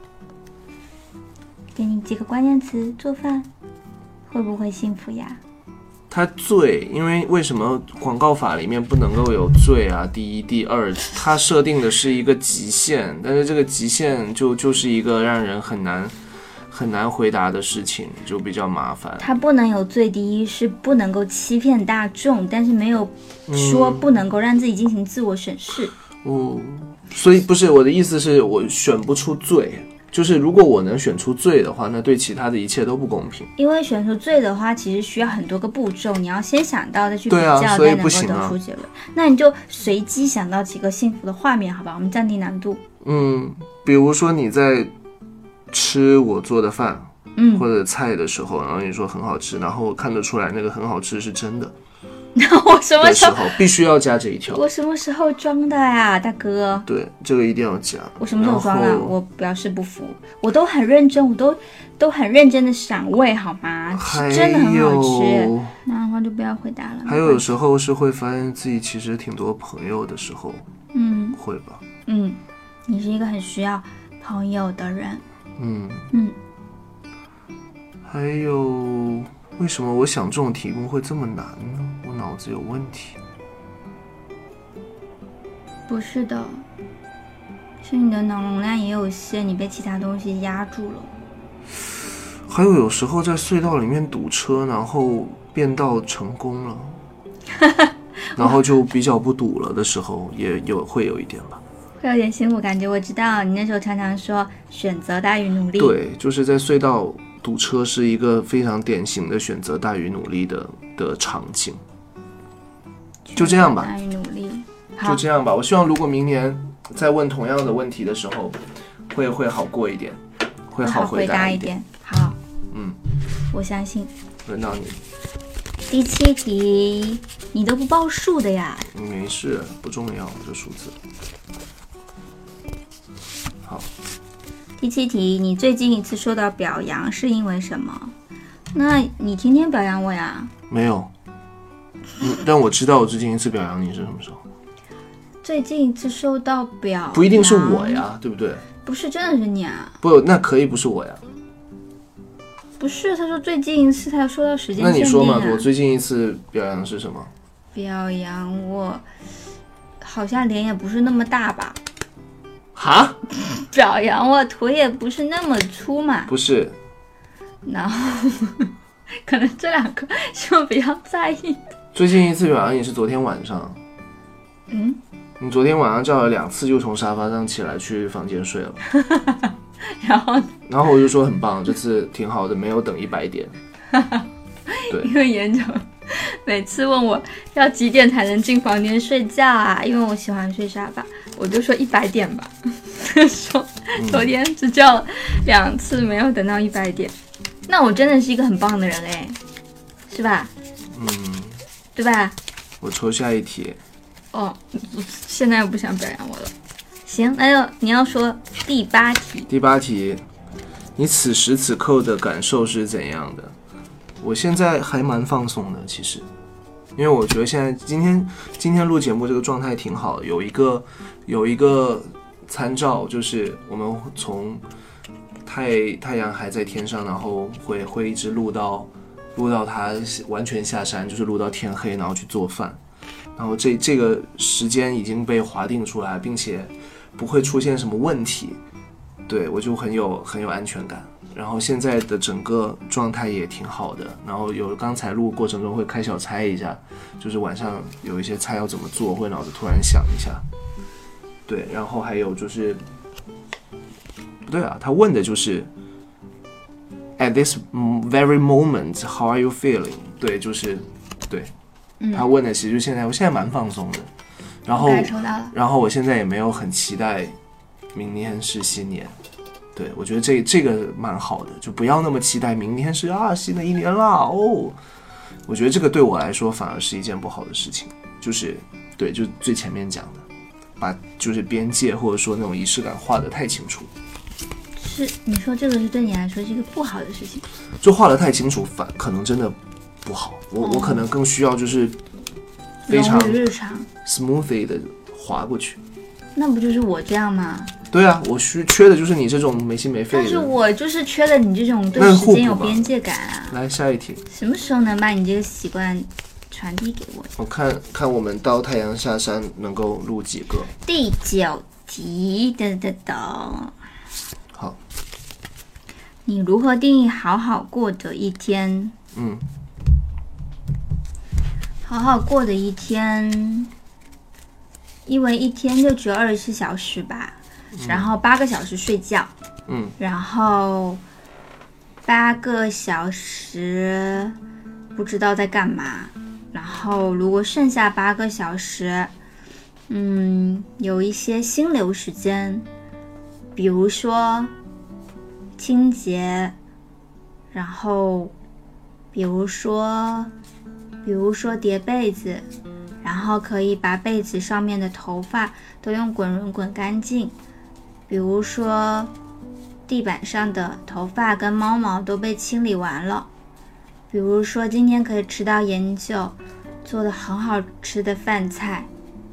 给你几个关键词：做饭，会不会幸福呀？ 它罪，因为为什么广告法里面不能够有罪啊？第一、第二，它设定的是一个极限，但是这个极限就是一个让人很难回答的事情，就比较麻烦。 它不能有罪，第一是不能够欺骗大众，但是没有说不能够让自己进行自我审视。 所以不是我的意思是我选不出罪。就是如果我能选出罪的话，那对其他的一切都不公平。 因为选出罪的话，其实需要很多个步骤，你要先想到，再去比较， 所以再能够得出结论。那你就随机想到几个幸福的画面，好吧？我们降低难度。 比如说你在吃我做的饭，或者菜的时候，然后你说很好吃，然后我看得出来那个很好吃是真的。 那我什么时候必须要加这一条？ 我什么时候装的呀，大哥？ 对，这个一定要加。 我什么时候装的？我表示不服。我都很认真，我都很认真的赏味，好吗？是真的很好吃。那的话就不要回答了。 还有时候是会发现自己其实挺多朋友的时候，会吧？ 你是一个很需要朋友的人。 还有。为什么我想这种题目会这么难呢？我脑子有问题？ 不是的，是你的脑容量也有限，你被其他东西压住了。 还有时候在隧道里面堵车，然后变道成功了，然后就比较不堵了的时候，也会有一点吧。 会有点幸福感觉，我知道你那时候常常说选择大于努力。 对，就是在隧道堵车是一个非常典型的选择大于努力的场景。就这样吧， 大于努力， 就这样吧。我希望如果明年再问同样的问题的时候，会好过一点，会好回答一点。 好，我相信。 轮到你。 第7题，你都不报数的呀？ 没事，不重要，这数字。好。 第7题，你最近一次受到表扬是因为什么？那你天天表扬我呀？ 没有。但我知道我最近一次表扬你是什么时候。 最近一次受到表扬， 不一定是我呀，对不对？ 不是，真的是你啊？ 不，那可以不是我呀。 不是，他说最近一次他受到时间限定啊。 那你说嘛，我最近一次表扬是什么？ 表扬我，好像脸也不是那么大吧？ 哈？ 表扬我腿也不是那么粗嘛？ 不是。 然后可能这两个是我比较在意的。 最近一次表扬你是昨天晚上。 你昨天晚上叫了2次，就从沙发上起来去房间睡了。然后我就说很棒，这次挺好的，没有等100点。对， 因为严总每次问我要几点才能进房间睡觉啊，因为我喜欢睡沙发，我就说100点吧。说昨天只叫了2次，没有等到100点。那我真的是一个很棒的人哎，是吧？对吧？ 我抽下一题。 哦，现在又不想表扬我了。行，那就你要说第8题。 第8题，你此时此刻的感受是怎样的？我现在还蛮放松的，其实，因为我觉得现在今天录节目这个状态挺好的，有一个参照，就是我们从太阳还在天上，然后会一直录到它完全下山，就是录到天黑，然后去做饭，然后这个时间已经被划定出来，并且不会出现什么问题，对，我就很有安全感。然后现在的整个状态也挺好的，然后刚才录过程中会开小差一下，就是晚上有一些菜要怎么做，会脑子突然想一下。对，然后还有就是不对啊，他问的就是 at this very moment how are you feeling， 对，就是对，他问的其实就我现在蛮放松的，然后我现在也没有很期待明年是新年，对，我觉得这个蛮好的，就不要那么期待明天是新的一年了哦，我觉得这个对我来说反而是一件不好的事情，就是对，就最前面讲的，把就是边界或者说那种仪式感画得太清楚。 是你说这个是对你来说是一个不好的事情？ 就画得太清楚，可能真的不好。我可能更需要就是非常日常 smoothly 的滑过去。 那不就是我这样吗？ 对啊，我缺的就是你这种没心没肺的。 但是我就是缺了你这种对时间有边界感啊。 来下一题， 什么时候能把你这个习惯传递给我？ 我看我们到太阳下山能够录几个？ 第9题， 好， 你如何定义好好过的一天？好好过的一天，因为一天就只有24小时吧，然后8个小时睡觉，然后8个小时不知道在干嘛，然后如果剩下8个小时，有一些心流时间，比如说清洁，然后比如说叠被子，然后可以把被子上面的头发都用滚轮滚干净，比如说地板上的头发跟猫毛都被清理完了，比如说今天可以吃到研究做的很好吃的饭菜，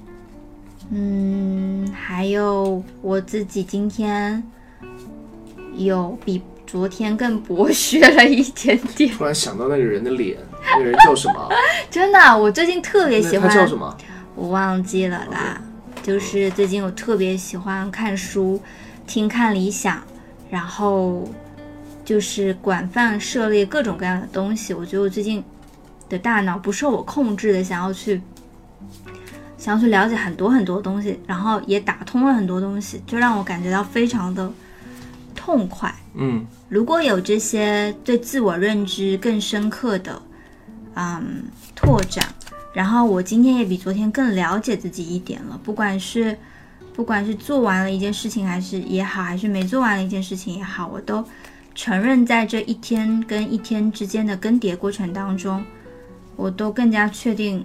还有我自己今天有比昨天更博学了一点点。 突然想到那个人的脸，那个人叫什么？ 真的，我最近特别喜欢。 他叫什么？ 我忘记了啦。就是最近我特别喜欢看书，听看理想，然后就是广泛涉猎各种各样的东西。我觉得我最近的大脑不受我控制的想要去了解很多很多东西，然后也打通了很多东西，就让我感觉到非常的痛快。如果有这些对自我认知更深刻的拓展，然后我今天也比昨天更了解自己一点了，不管是做完了一件事情也好，还是没做完了一件事情也好，我都承认在这一天跟一天之间的更迭过程当中，我都更加确定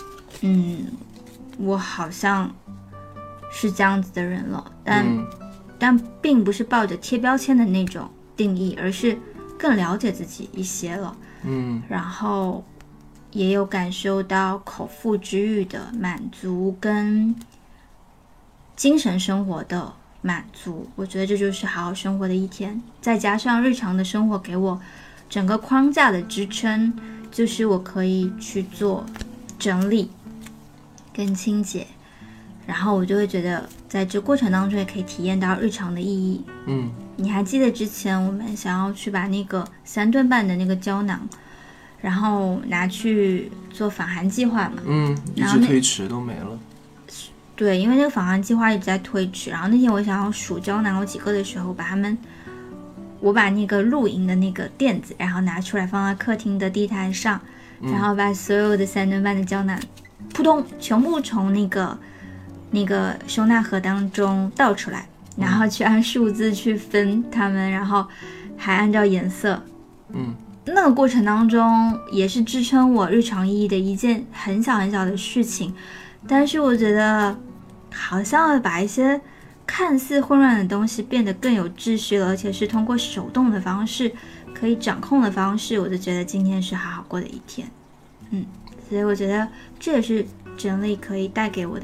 我好像是这样子的人了，但并不是抱着贴标签的那种定义，而是更了解自己一些了。然后也有感受到口腹之欲的满足跟精神生活的满足，我觉得这就是好好生活的一天。再加上日常的生活给我整个框架的支撑，就是我可以去做整理跟清洁，然后我就会觉得在这过程当中也可以体验到日常的意义。你还记得之前我们想要去把那个3吨半的那个胶囊然后拿去做访韩计划嘛？ 一直推迟都没了。 对，因为那个访谈计划一直在推迟，然后那天我想要数胶囊有几个的时候，我把那个录音的那个垫子，然后拿出来放在客厅的地毯上，然后把所有的3吨半的胶囊扑通全部从那个收纳盒当中倒出来，然后去按数字去分它们，然后还按照颜色。那个过程当中也是支撑我日常意义的一件很小很小的事情，但是我觉得好像把一些看似混乱的东西变得更有秩序了，而且是通过手动的方式可以掌控的方式，我就觉得今天是好好过的一天。所以我觉得这也是整理可以带给我的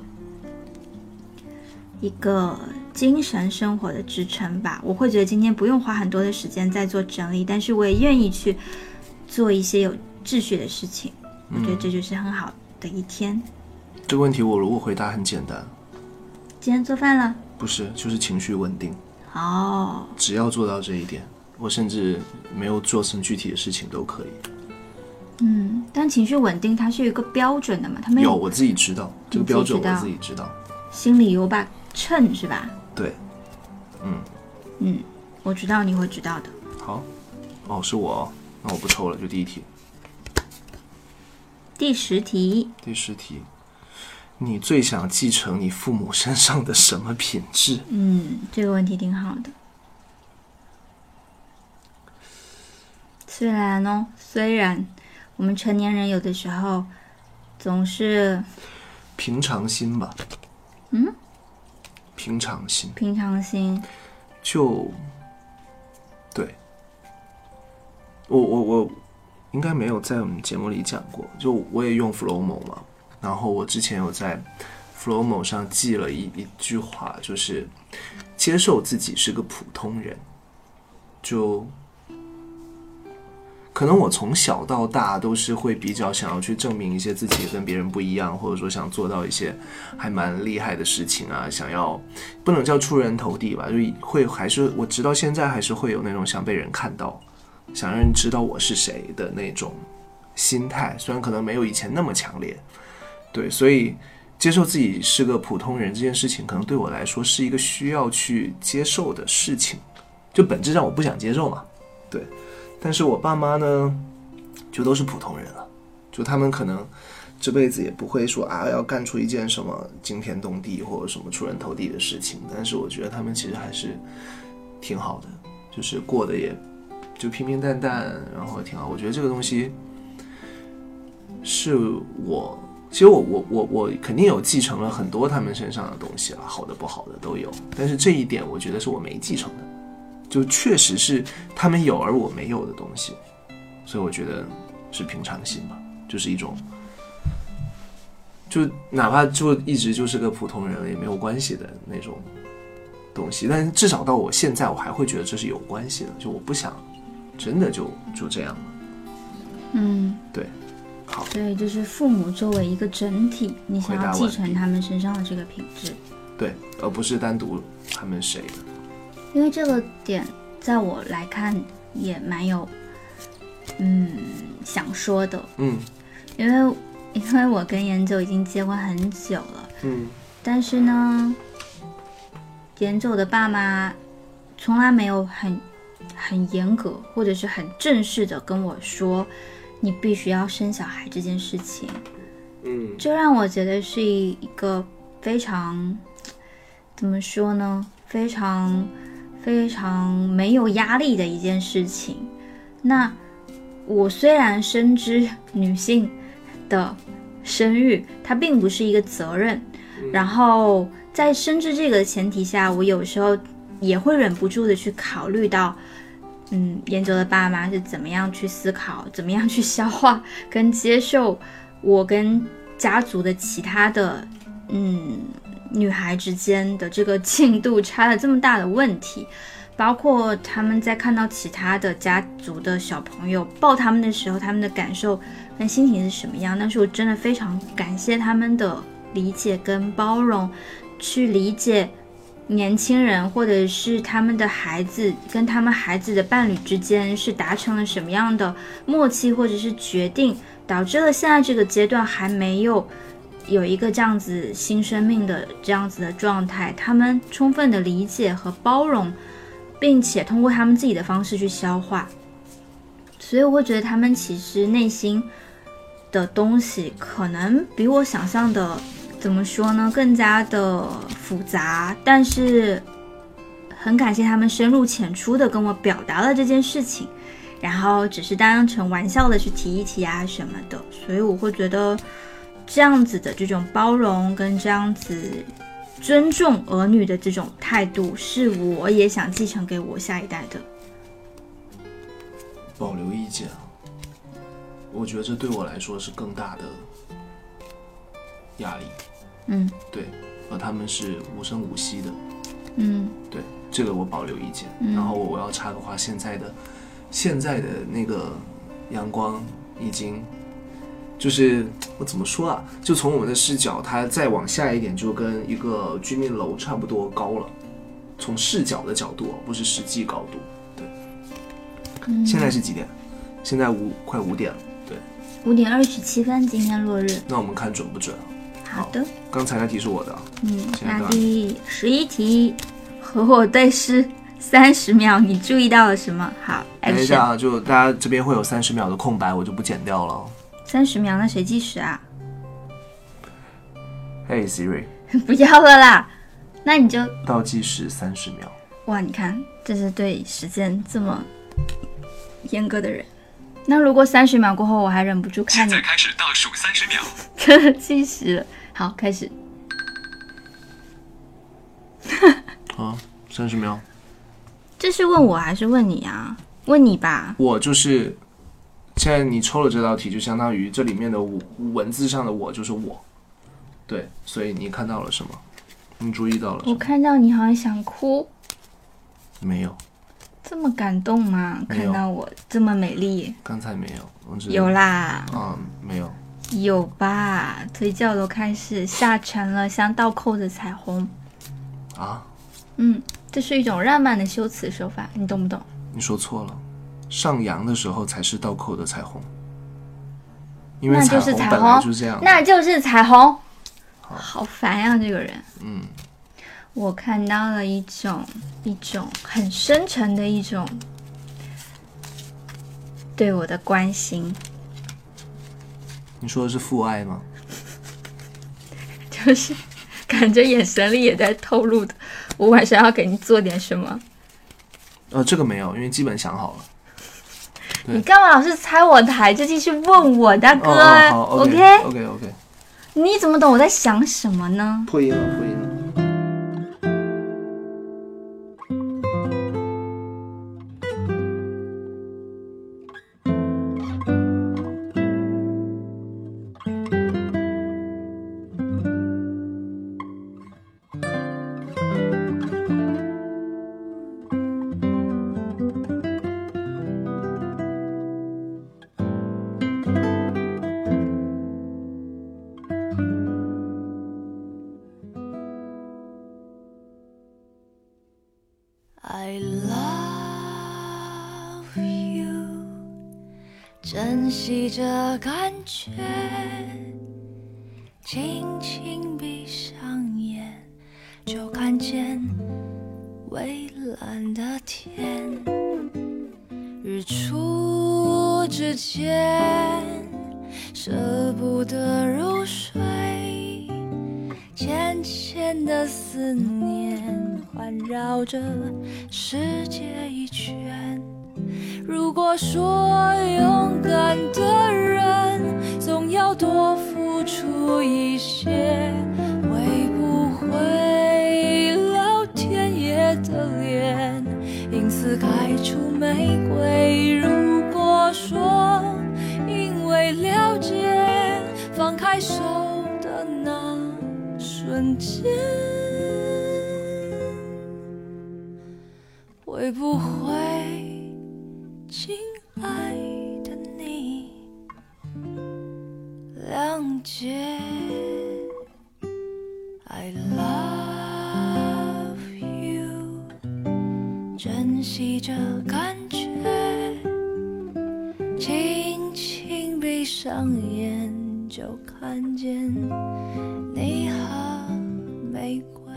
一个精神生活的支撑吧。我会觉得今天不用花很多的时间在做整理，但是我也愿意去做一些有秩序的事情。我觉得这就是很好的一天。 这个问题我如果回答很简单， 今天做饭了？不是，就是情绪稳定。只要做到这一点，我甚至没有做什么具体的事情都可以。 但情绪稳定它是有一个标准的嘛？它没有， 我自己知道这个标准，我自己知道， 心里有把秤是吧？ 对。 我知道你会知道的。 好，是我哦，那我不抽了，就第一题。 第10题。 你最想继承你父母身上的什么品质？ 这个问题挺好的。虽然我们成年人有的时候总是平常心吧。平常心就对。我应该没有在我们节目里讲过，就我也用 Flowmo 嘛，然后我之前有在 Flowmo 上记了一句话，就是接受自己是个普通人。就可能我从小到大都是会比较想要去证明一些自己跟别人不一样，或者说想做到一些还蛮厉害的事情啊，想要不能叫出人头地吧，就会还是我直到现在还是会有那种想被人看到，想让人知道我是谁的那种心态，虽然可能没有以前那么强烈。对，所以接受自己是个普通人这件事情，可能对我来说是一个需要去接受的事情，就本质上我不想接受嘛。对。但是我爸妈呢，就都是普通人了，就他们可能这辈子也不会说要干出一件什么惊天动地或者什么出人头地的事情，但是我觉得他们其实还是挺好的，就是过得也就平平淡淡，然后挺好。我觉得这个东西是其实我肯定有继承了很多他们身上的东西了，好的不好的都有，但是这一点我觉得是我没继承的，就确实是他们有而我没有的东西，所以我觉得是平常心吧，就是一种，就哪怕就一直就是个普通人也没有关系的那种东西，但是至少到我现在我还会觉得这是有关系的，就我不想真的就这样了。对，好， 所以就是父母作为一个整体，你想要继承他们身上的这个品质， 对，而不是单独他们谁的。 因为这个点在我来看也蛮有想说的。因为我跟研九已经结婚很久了。但是呢，研九的爸妈从来没有很严格或者是很正式的跟我说你必须要生小孩这件事情。这让我觉得是一个非常怎么说呢，非常非常没有压力的一件事情。那我虽然深知女性的生育它并不是一个责任，然后在深知这个前提下，我有时候也会忍不住的去考虑到研究的爸妈是怎么样去思考，怎么样去消化跟接受我跟家族的其他的女孩之间的这个进度差了这么大的问题，包括他们在看到其他的家族的小朋友抱他们的时候，他们的感受跟心情是什么样。但是我真的非常感谢他们的理解跟包容，去理解年轻人或者是他们的孩子跟他们孩子的伴侣之间是达成了什么样的默契或者是决定，导致了现在这个阶段还没有有一个这样子新生命的这样子的状态，他们充分的理解和包容，并且通过他们自己的方式去消化。所以我会觉得他们其实内心的东西可能比我想象的怎么说呢，更加的复杂，但是很感谢他们深入浅出的跟我表达了这件事情，然后只是当成玩笑的去提一提啊什么的。所以我会觉得这样子的这种包容跟这样子尊重儿女的这种态度，是我也想继承给我下一代的。 保留意见，我觉得这对我来说是更大的压力。对，而他们是无声无息的。对，这个我保留意见。然后我要插个话，现在的那个阳光已经，就是我怎么说啊？就从我们的视角，它再往下一点，就跟一个居民楼差不多高了。从视角的角度，不是实际高度。对，现在是几点？现在快5点了。对 ，5点27分，今天落日。 那我们看准不准啊？ 好的。 刚才那题是我的。 那第11题，和我对视30秒，你注意到了什么？好， 等一下啊，就大家这边会有30秒的空白，我就不剪掉了。 30秒，那谁计时啊？ Hey Siri， 不要了啦，那你就倒计时30秒。 哇，你看，这是对时间这么严格的人。那如果30秒过后我还忍不住看你， 现在开始倒数30秒， 真的计时了。好，开始。 好，30秒。 这是问我还是问你啊？问你吧。 我就是现在你抽了这道题，就相当于这里面的文字上的我就是我。对，所以你看到了什么？你注意到了什么？ 我看到你好像想哭。 没有。 这么感动吗？看到我这么美丽？ 刚才没有， 有啦。 没有。 有吧？嘴角都开始下沉了，像倒扣的彩虹。 啊？ 这是一种浪漫的修辞手法，你懂不懂？ 你说错了，上扬的时候才是倒扣的彩虹，因为那就是彩本来就这样。 那就是彩虹。好烦呀，这个人。我看到了一种很深沉的一种对我的关心。 你说的是父爱吗？ 就是感觉眼神里也在透露的，我晚上要给你做点什么。 这个没有，因为基本想好了。 你干嘛老是猜我台，就继续问我，大哥。 好 OK。你怎么懂我在想什么呢？ 破音了。 I love you， 珍惜这感觉，轻轻闭上眼，就看见蔚蓝的天。日出之前，舍不得入睡，浅浅的思念环绕着世界一圈。如果说勇敢的人总要多付出一些，会不会老天爷的脸因此开出玫瑰？如果说因为了解放开手的那瞬间，会不会亲爱的你谅解？ I love you， 珍惜这感觉，轻轻闭上眼， 就看见你和玫瑰。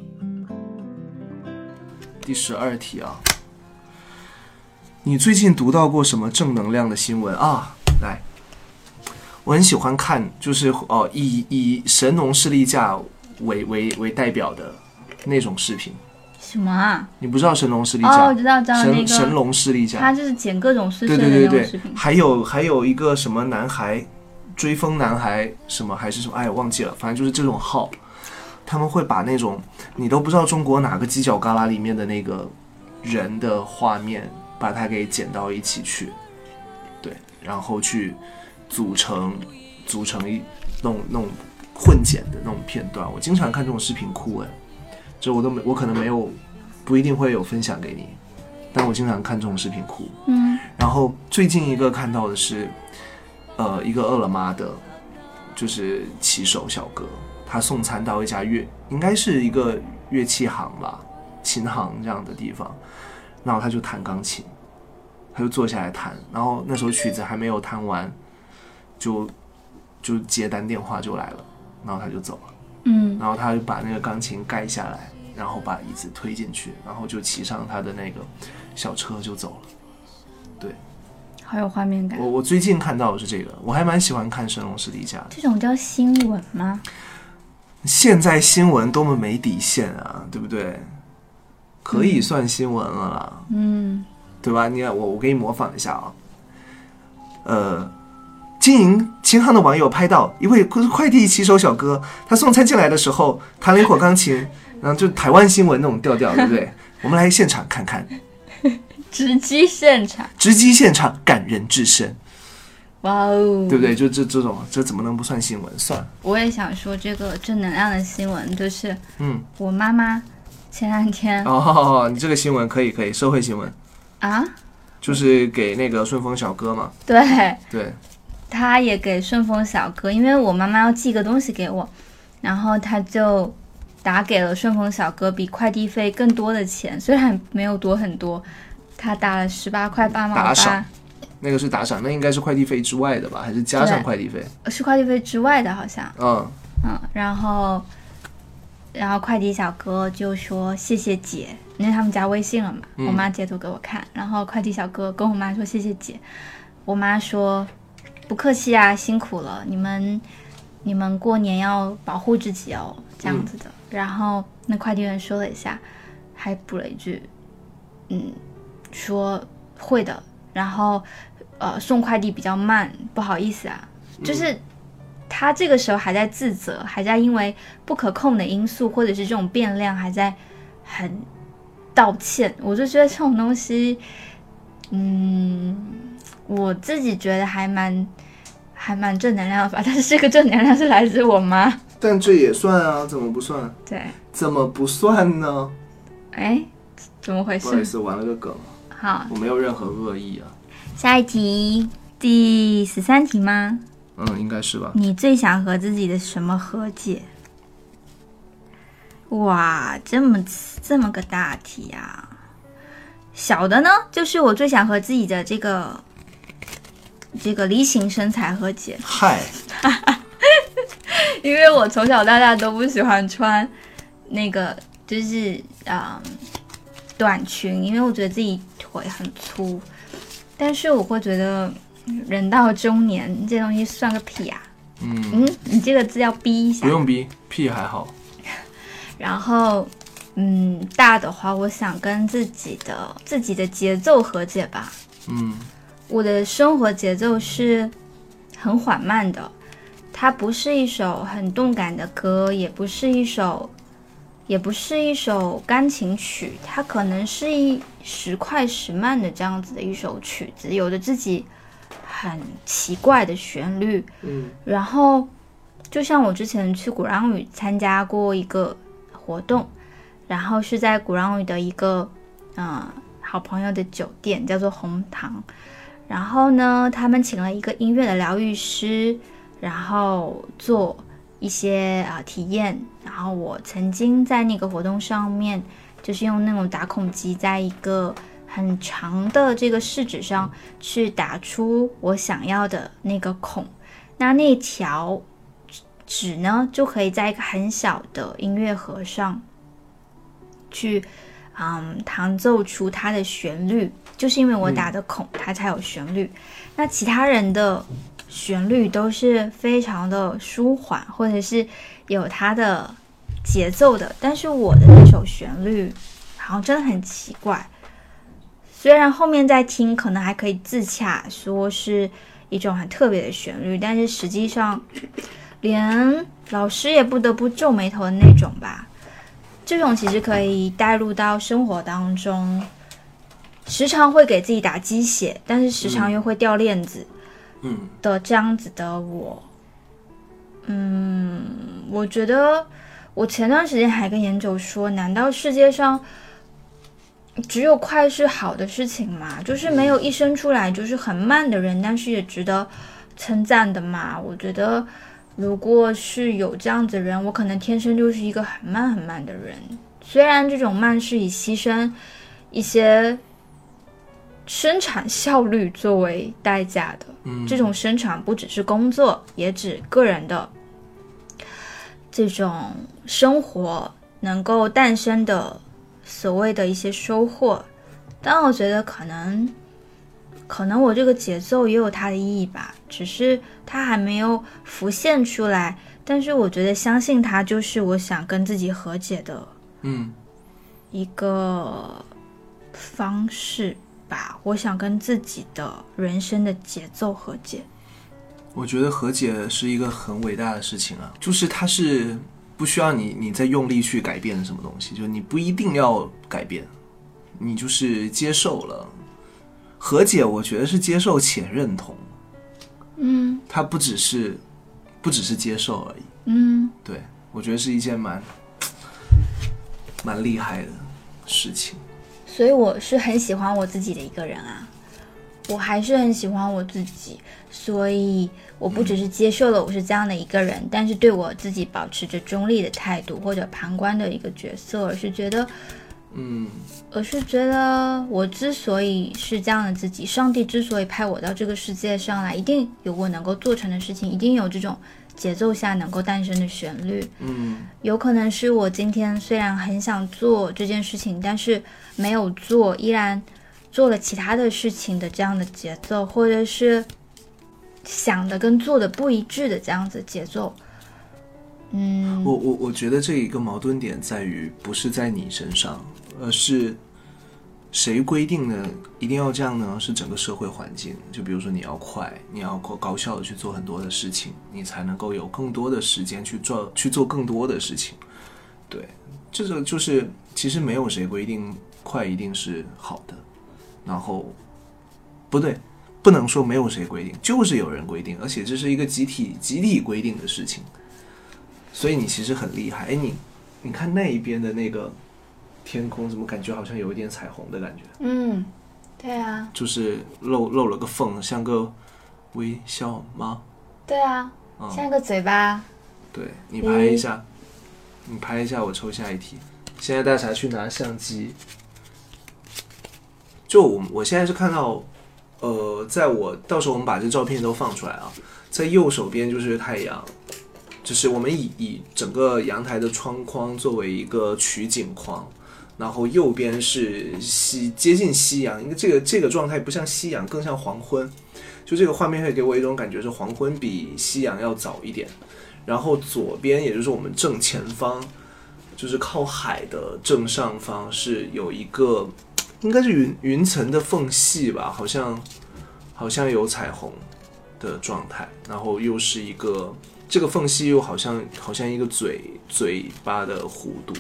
第12题啊，你最近读到过什么正能量的新闻啊？来，我很喜欢看，就是以神农氏力架为代表的那种视频。 什么啊？ 你不知道神农氏力架？ 我知道那个神龙氏力架， 他就是剪各种碎碎的那种视频。 还有一个什么男孩，追风男孩什么还是什么，我忘记了，反正就是这种号，他们会把那种你都不知道中国哪个犄角旮旯里面的那个人的画面，把它给剪到一起去，对，然后去组成一那种混剪的那种片段。我经常看这种视频哭这我可能不一定会有分享给你，但我经常看这种视频哭。然后最近一个看到的是，一个饿了么的，就是骑手小哥，他送餐到一家应该是一个乐器行吧，琴行这样的地方，然后他就弹钢琴，他就坐下来弹，然后那首曲子还没有弹完，就接单电话就来了，然后他就走了。然后他就把那个钢琴盖下来，然后把椅子推进去，然后就骑上他的那个小车就走了。对， 好有画面感。 我最近看到的是这个，我还蛮喜欢看神农氏力架的。 这种叫新闻吗？ 现在新闻多么没底线啊，对不对？可以算新闻了啦，对吧？你看我给你模仿一下啊，经营琴行的网友拍到一位快递骑手小哥，他送餐进来的时候弹了一会儿钢琴，然后就台湾新闻那种调调，对不对？我们来现场看看， 直击现场， 感人至深。 哇哦， 对不对？就这种，这怎么能不算新闻？算了。 我也想说这个正能量的新闻，就是我妈妈前2天你这个新闻可以，社会新闻啊， 就是给那个顺丰小哥嘛。对。 他也给顺丰小哥，因为我妈妈要寄个东西给我，然后他就打给了顺丰小哥比快递费更多的钱，虽然没有多很多，他打了18块8毛8。 打赏，那个是打赏，那应该是快递费之外的吧？还是加上快递费？ 是快递费之外的，好像。然后快递小哥就说谢谢姐，因为他们加微信了嘛，我妈截图给我看，然后快递小哥跟我妈说谢谢姐，我妈说不客气啊，辛苦了，你们过年要保护自己哦，这样子的。然后那快递员说了一下，还补了一句，说会的，然后送快递比较慢，不好意思啊，就是他这个时候还在自责，还在因为不可控的因素或者是这种变量还在很道歉。我就觉得这种东西，我自己觉得还蛮正能量的吧，但是这个正能量是来自我妈。 但这也算啊，怎么不算？ 对， 怎么不算呢？ 怎么回事？ 不好意思，玩了个梗。 好， 我没有任何恶意啊。 下一题，第13题吗？ 应该是吧。 你最想和自己的什么和解？哇，这么个大题啊！小的呢，就是我最想和自己的这个梨形身材和解。 嗨， 因为我从小到大都不喜欢穿那个就是短裙，因为我觉得自己腿很粗，但是我会觉得人到中年这东西算个屁啊。你这个字要逼一下。 不用逼，屁还好。 然后大的话，我想跟自己的节奏和解吧。我的生活节奏是很缓慢的，它不是一首很动感的歌，也不是一首钢琴曲，它可能是时快时慢的这样子的一首曲子，有着自己很奇怪的旋律。然后就像我之前去鼓浪屿参加过一个活动，然后是在鼓浪屿的一个好朋友的酒店，叫做红糖。然后呢，他们请了一个音乐的疗愈师，然后做一些体验。然后我曾经在那个活动上面，就是用那种打孔机，在一个很长的这个试纸上去打出我想要的那个孔。 那条纸呢，就可以在一个很小的音乐盒上去弹奏出它的旋律，就是因为我打的孔，它才有旋律。那其他人的旋律都是非常的舒缓，或者是有它的节奏的，但是我的那首旋律好像真的很奇怪。虽然后面再听可能还可以自洽说是一种很特别的旋律，但是实际上连老师也不得不皱眉头的那种吧。这种其实可以带入到生活当中，时常会给自己打鸡血，但是时常又会掉链子的这样子的我。我觉得我前段时间还跟研究说，难道世界上只有快是好的事情吗？就是没有一生出来就是很慢的人，但是也值得称赞的嘛？我觉得如果是有这样子的人，我可能天生就是一个很慢很慢的人。虽然这种慢是以牺牲一些生产效率作为代价的，这种生产不只是工作，也指个人的这种生活能够诞生的所谓的一些收获。但我觉得可能我这个节奏也有它的意义吧，只是它还没有浮现出来。但是我觉得相信它就是我想跟自己和解的一个方式吧。我想跟自己的人生的节奏和解。 我觉得和解是一个很伟大的事情啊，就是它是不需要你再用力去改变什么东西，就你不一定要改变，你就是接受了。和解我觉得是接受且认同，它不只是接受而已，对，我觉得是一件蛮厉害的事情。 所以我是很喜欢我自己的一个人啊，我还是很喜欢我自己，所以我不只是接受了我是这样的一个人，但是对我自己保持着中立的态度或者旁观的一个角色，而是觉得我之所以是这样的自己，上帝之所以派我到这个世界上来，一定有我能够做成的事情，一定有这种节奏下能够诞生的旋律。有可能是我今天虽然很想做这件事情，但是没有做，依然做了其他的事情的这样的节奏，或者是想的跟做的不一致的这样子节奏。 我觉得这一个矛盾点在于不是在你身上，而是谁规定的一定要这样呢？是整个社会环境。就比如说你要快，你要高效的去做很多的事情，你才能够有更多的时间去做更多的事情。对，这个就是其实没有谁规定快一定是好的，然后不对，不能说没有谁规定，就是有人规定，而且这是一个集体规定的事情。所以你其实很厉害。你看那一边的那个天空，怎么感觉好像有一点彩虹的感觉？ 对啊， 就是漏了个缝，像个微笑吗？ 对啊，像一个嘴巴。 对，你拍一下，我抽下一题。现在大侠去拿相机。就我现在是看到，在我到时候我们把这照片都放出来啊，在右手边就是太阳。就是我们以整个阳台的窗框作为一个取景框，然后右边是接近夕阳，因为这个状态不像夕阳，更像黄昏。就这个画面会给我一种感觉是黄昏比夕阳要早一点。然后左边也就是我们正前方，就是靠海的正上方是有一个应该是云层的缝隙吧，好像有彩虹的状态，然后又是一个。这个缝隙又好像一个嘴巴的弧度，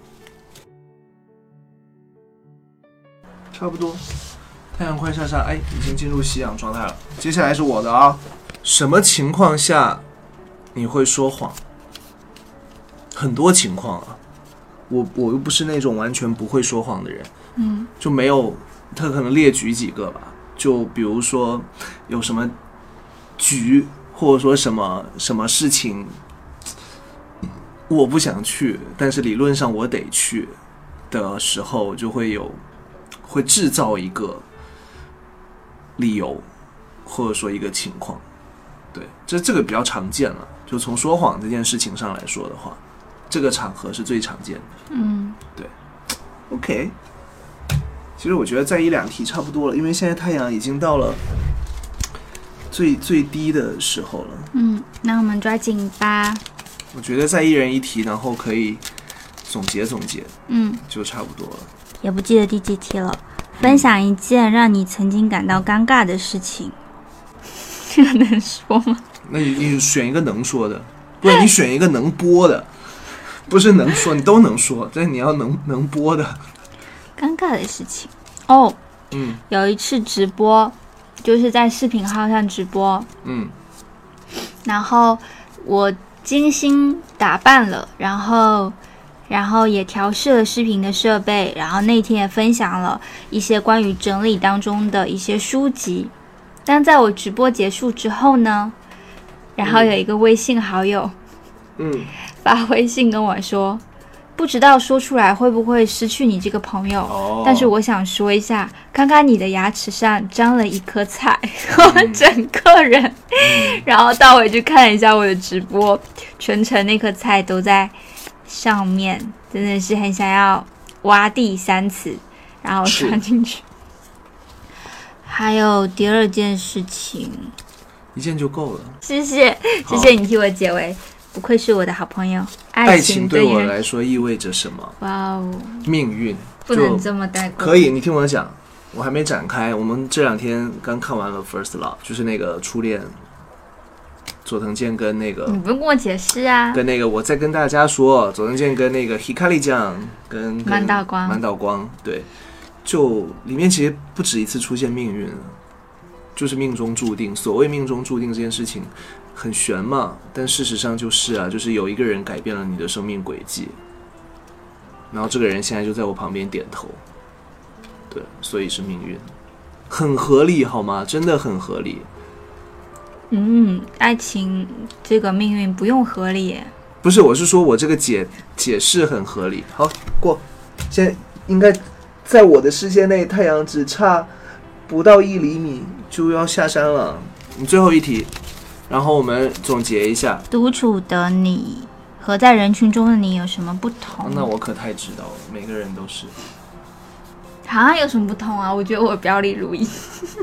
差不多。太阳快下山，已经进入夕阳状态了。接下来是我的啊，什么情况下你会说谎？很多情况啊，我又不是那种完全不会说谎的人，就没有，他可能列举几个吧，就比如说有什么局。或者说什么事情我不想去，但是理论上我得去的时候，就会制造一个理由，或者说一个情况。 对，这个比较常见了。就从说谎这件事情上来说的话，这个场合是最常见的。对。OK， 其实我觉得再1-2题差不多了，因为现在太阳已经到了最低的时候了。 那我们抓紧吧。 我觉得再1人1题，然后可以总结，就差不多了。 也不记得第几题了。分享一件让你曾经感到尴尬的事情，这个能说吗？ 那你选一个能说的，不是你选一个能播的，不是能说，你都能说，但是你要能播的。 尴尬的事情哦，有一次直播，就是在视频号上直播，然后我精心打扮了，然后也调试了视频的设备，然后那天也分享了一些关于整理当中的一些书籍。但在我直播结束之后呢，然后有一个微信好友发微信跟我说，不知道说出来会不会失去你这个朋友，但是我想说一下，看看你的牙齿上长了一颗菜，我整个人然后到回去看一下我的直播，全程那颗菜都在上面，真的是很想要挖地3次然后钻进去。还有第2件事情 ，1件就够了。 谢谢你替我解围，不愧是我的好朋友。 爱情对我来说意味着什么？ 哇哦， 命运不能这么带过。 可以，你听我讲，我还没展开。我们这2天刚看完了 First Love， 就是那个初恋，佐藤健跟那个， 你不用跟我解释啊。 跟那个，我再跟大家说，佐藤健跟那个 Hikari 酱跟满岛光，对，就里面其实不止一次出现命运，就是命中注定。所谓命中注定这件事情很玄嘛，但事实上就是啊，就是有一个人改变了你的生命轨迹，然后这个人现在就在我旁边点头，对，所以是命运，很合理好吗？真的很合理。 爱情这个命运不用合理耶。 不是，我是说我这个解释很合理。好，过。现在应该在我的视线内，太阳只差不到1厘米就要下山了。你最后一题，然后我们总结一下。 独处的你和在人群中的你有什么不同？ 那我可太知道了，每个人都是。 有什么不同啊？我觉得我表里如一。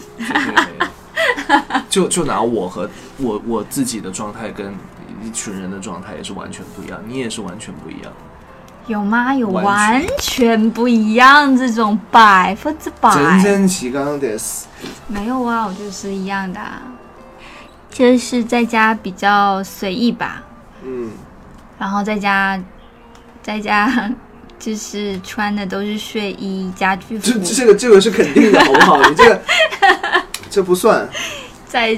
就拿我和我自己的状态跟一群人的状态也是完全不一样，你也是完全不一样。 有吗？有完全不一样这种100%？ 全然違うです。 没有啊，我就是一样的啊。就是在家比较随意吧。然后在家就是穿的都是睡衣家居服。 这个是肯定的，好不好？你这个这不算。 在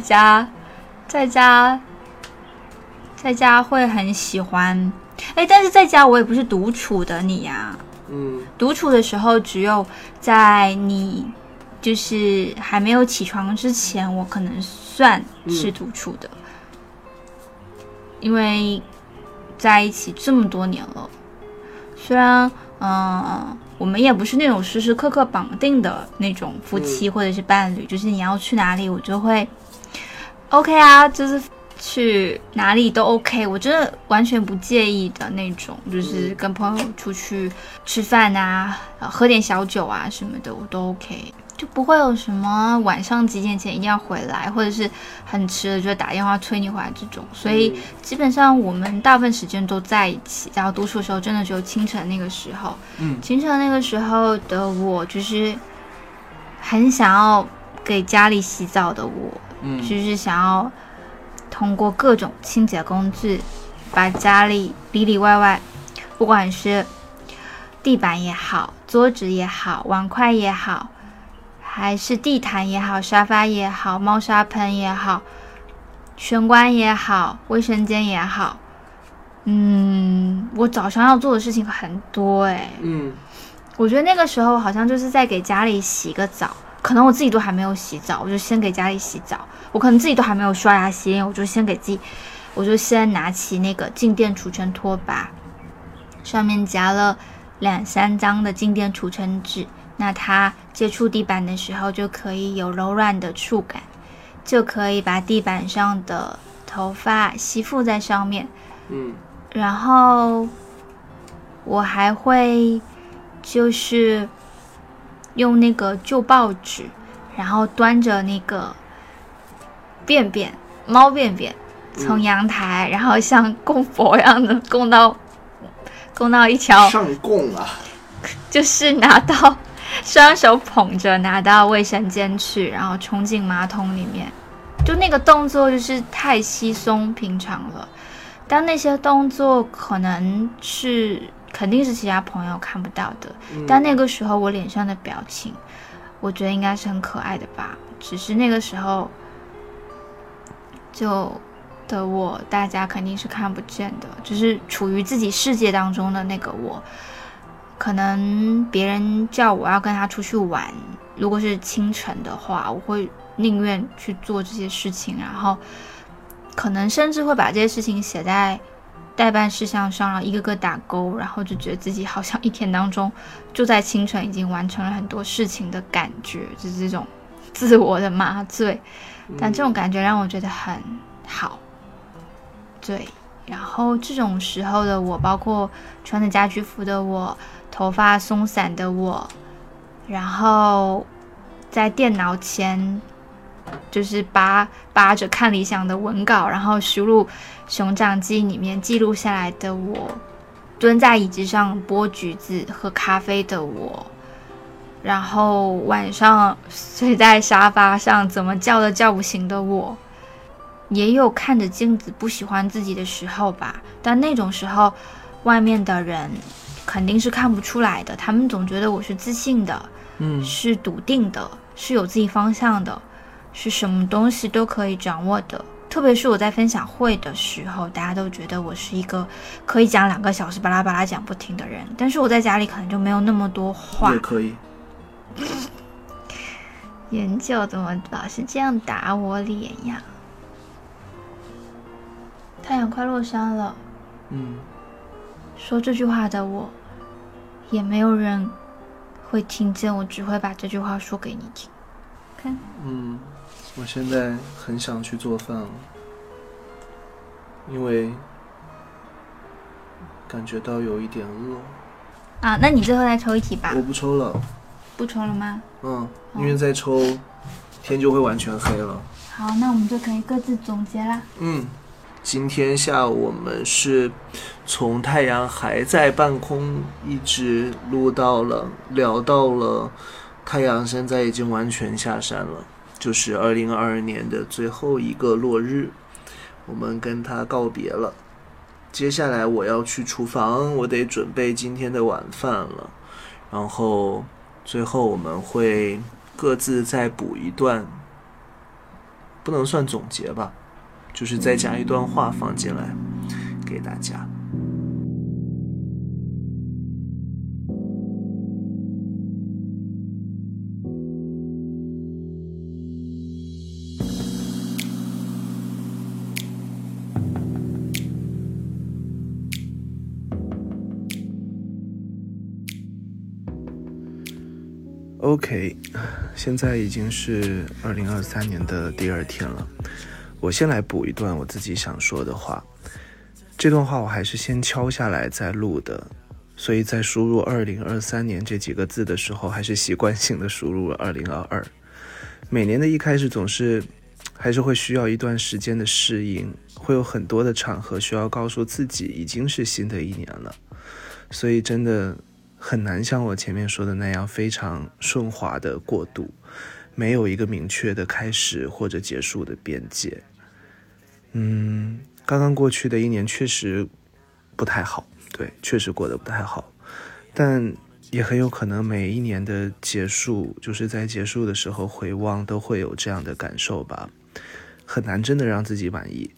家会很喜欢，但是在家我也不是独处的你呀。独处的时候只有在你就是还没有起床之前，我可能算是独处的，因为在一起这么多年了，虽然我们也不是那种时时刻刻绑定的那种夫妻或者是伴侣，就是你要去哪里我就会 OK 啊，就是去哪里都 OK， 我真的完全不介意的那种，就是跟朋友出去吃饭啊，喝点小酒啊什么的我都 OK， 就不会有什么晚上几点前一定要回来，或者是很迟了就会打电话催你回来这种，所以基本上我们大部分时间都在一起，然后独处的时候真的只有清晨那个时候，清晨那个时候的我就是很想要给家里洗澡的我，就是想要通过各种清洁工具把家里里里外外，不管是地板也好，桌子也好，碗筷也好，还是地毯也好，沙发也好，猫砂盆也好，玄关也好，卫生间也好，我早上要做的事情很多我觉得那个时候好像就是在给家里洗个澡，可能我自己都还没有洗澡，我就先给家里洗澡，我可能自己都还没有刷牙洗脸，我就先拿起那个静电除尘拖把，上面夹了2-3张的静电除尘纸，那它接触地板的时候就可以有柔软的触感， 就可以把地板上的头发吸附在上面。然后我还会就是用那个旧报纸，然后端着那个猫便便从阳台，然后像供佛一样的供到一条上供啊， 就是拿到双手捧着拿到卫生间去，然后冲进马桶里面。就那个动作就是太稀松平常了，但那些动作肯定是其他朋友看不到的，但那个时候我脸上的表情我觉得应该是很可爱的吧，只是那个时候的我大家肯定是看不见的，就是处于自己世界当中的那个我。可能别人叫我要跟他出去玩，如果是清晨的话，我会宁愿去做这些事情，然后可能甚至会把这些事情写在待办事项上，然后一个个打勾，然后就觉得自己好像一天当中就在清晨已经完成了很多事情的感觉，就是这种自我的麻醉。但这种感觉让我觉得很好。对，然后这种时候的我，包括穿着家居服的我，头发松散的我，然后在电脑前就是扒着看理想的文稿，然后输入熊掌记里面记录下来的我，蹲在椅子上剥橘子喝咖啡的我，然后晚上睡在沙发上怎么叫都叫不醒的我，也有看着镜子不喜欢自己的时候吧，但那种时候外面的人肯定是看不出来的，他们总觉得我是自信的，是笃定的，是有自己方向的，是什么东西都可以掌握的。特别是我在分享会的时候，大家都觉得我是一个可以讲2个小时巴拉巴拉讲不停的人，但是我在家里可能就没有那么多话。 也可以。 研究怎么老是这样打我脸呀？太阳快落山了。说这句话的我，也没有人会听见，我只会把这句话说给你听。看， 我现在很想去做饭了，因为感觉到有一点饿。 啊，那你最后再抽一题吧。 我不抽了。 不抽了吗？ 因为再抽天就会完全黑了。 好，那我们就可以各自总结啦。 今天下午我们是从太阳还在半空一直聊到了太阳现在已经完全下山了，就是2022年的最后一个落日，我们跟他告别了。接下来我要去厨房，我得准备今天的晚饭了，然后最后我们会各自再补一段，不能算总结吧，就是再加一段话放进来给大家。OK， 现在已经是2023年的第2天了。我先来补一段我自己想说的话。这段话我还是先敲下来再录的，所以在输入2023年这几个字的时候，还是习惯性的输入了2022。每年的一开始总是还是会需要一段时间的适应，会有很多的场合需要告诉自己已经是新的一年了，所以真的很难像我前面说的那样非常顺滑的过渡，没有一个明确的开始或者结束的边界。刚刚过去的一年确实不太好，对，确实过得不太好，但也很有可能每一年的结束，就是在结束的时候回望都会有这样的感受吧，很难真的让自己满意。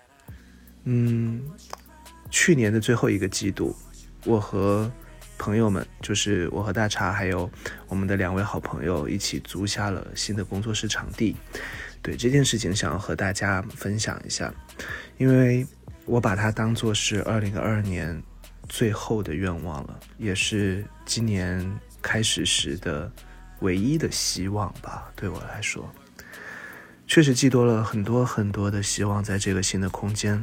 去年的最后一个季度，我和朋友们，就是我和大茶还有我们的2位好朋友一起租下了新的工作室场地。对这件事情想要和大家分享一下，因为我把它当作是2022年最后的愿望了，也是今年开始时的唯一的希望吧，对我来说。 确实寄多了很多很多的希望在这个新的空间。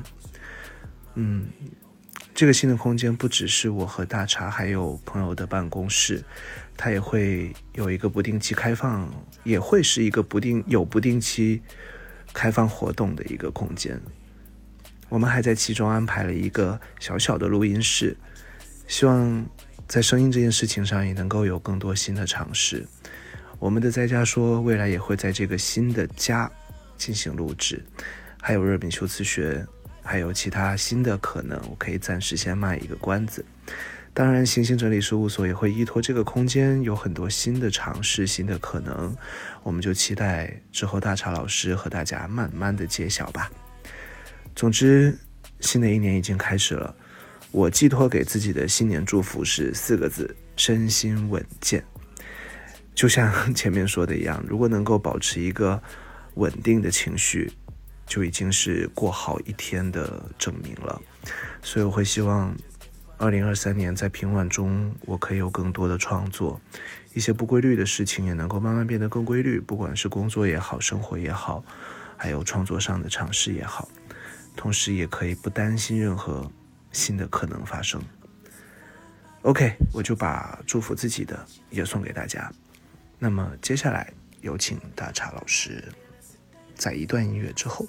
这个新的空间不只是我和大茶还有朋友的办公室，它也会有一个不定期开放，也会是一个不定期开放活动的一个空间。我们还在其中安排了一个小小的录音室，希望在声音这件事情上也能够有更多新的尝试。我们的在家说未来也会在这个新的家进行录制，还有热敏修辞学，还有其他新的可能，我可以暂时先卖一个关子。当然行星整理事务所也会依托这个空间有很多新的尝试，新的可能，我们就期待之后大茶老师和大家慢慢的揭晓吧。总之新的一年已经开始了，我寄托给自己的新年祝福是4个字：身心稳健。就像前面说的一样，如果能够保持一个稳定的情绪，就已经是过好一天的证明了。所以我会希望2023年在平稳中，我可以有更多的创作，一些不规律的事情也能够慢慢变得更规律，不管是工作也好，生活也好，还有创作上的尝试也好，同时也可以不担心任何新的可能发生。 OK， 我就把祝福自己的也送给大家。那么接下来有请大茶老师在一段音乐之后。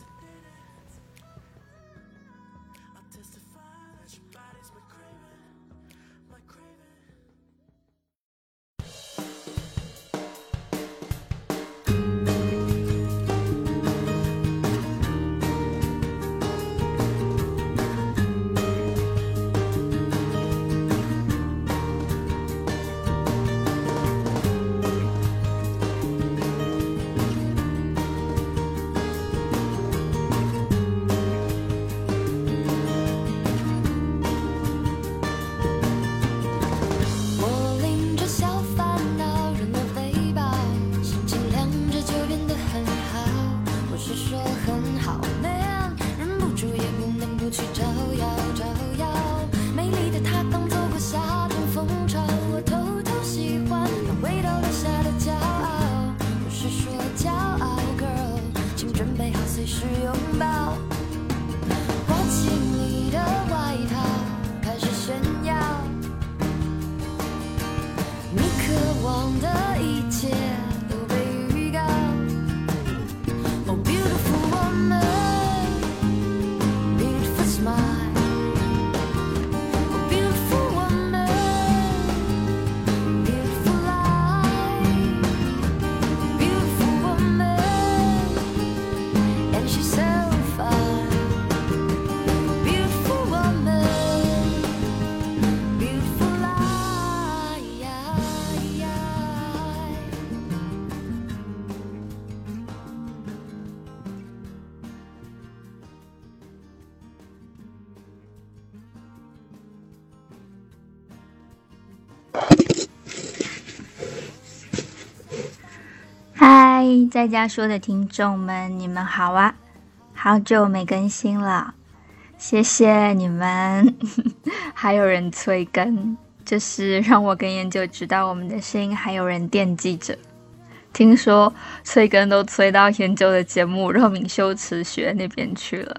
嗨，在家说的听众们，你们好啊！好久没更新了，谢谢你们。还有人催更，就是让我跟研究知道我们的声音还有人惦记着。听说催更都催到研究的节目《热敏修辞学》那边去了，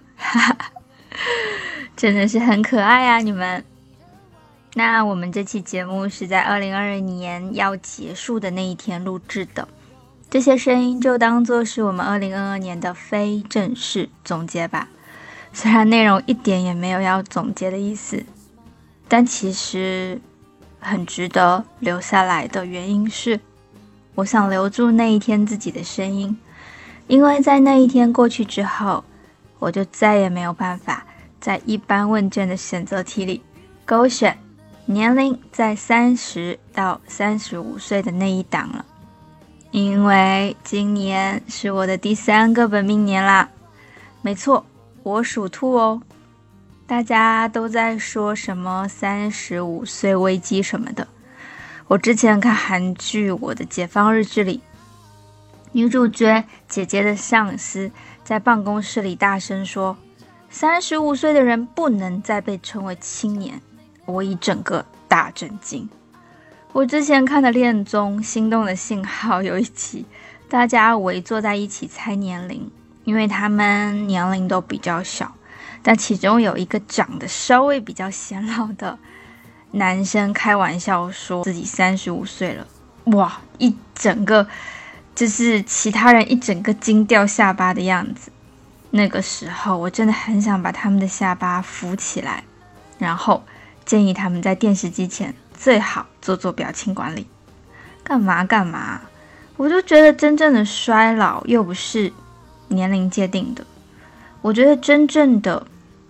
真的是很可爱啊，你们。那我们这期节目是在2022年要结束的那一天录制的。这些声音就当作是我们2022年的非正式总结吧，虽然内容一点也没有要总结的意思，但其实很值得留下来的原因是，我想留住那一天自己的声音，因为在那一天过去之后，我就再也没有办法在一般问卷的选择题里勾选年龄在30到35岁的那一档了。因为今年是我的第3个本命年啦，没错，我属兔哦。大家都在说什么35岁危机什么的，我之前看韩剧《我的解放日志》里，女主角姐姐的上司在办公室里大声说，35岁的人不能再被称为青年，我一整个大震惊。我之前看的恋综《心动的信号》有一集大家围坐在一起猜年龄，因为他们年龄都比较小，但其中有一个长得稍微比较显老的男生开玩笑说自己35岁了。哇，一整个就是其他人一整个惊掉下巴的样子。那个时候我真的很想把他们的下巴扶起来，然后建议他们在电视机前最好做表情管理。干嘛，我就觉得真正的衰老又不是年龄界定的。我觉得真正的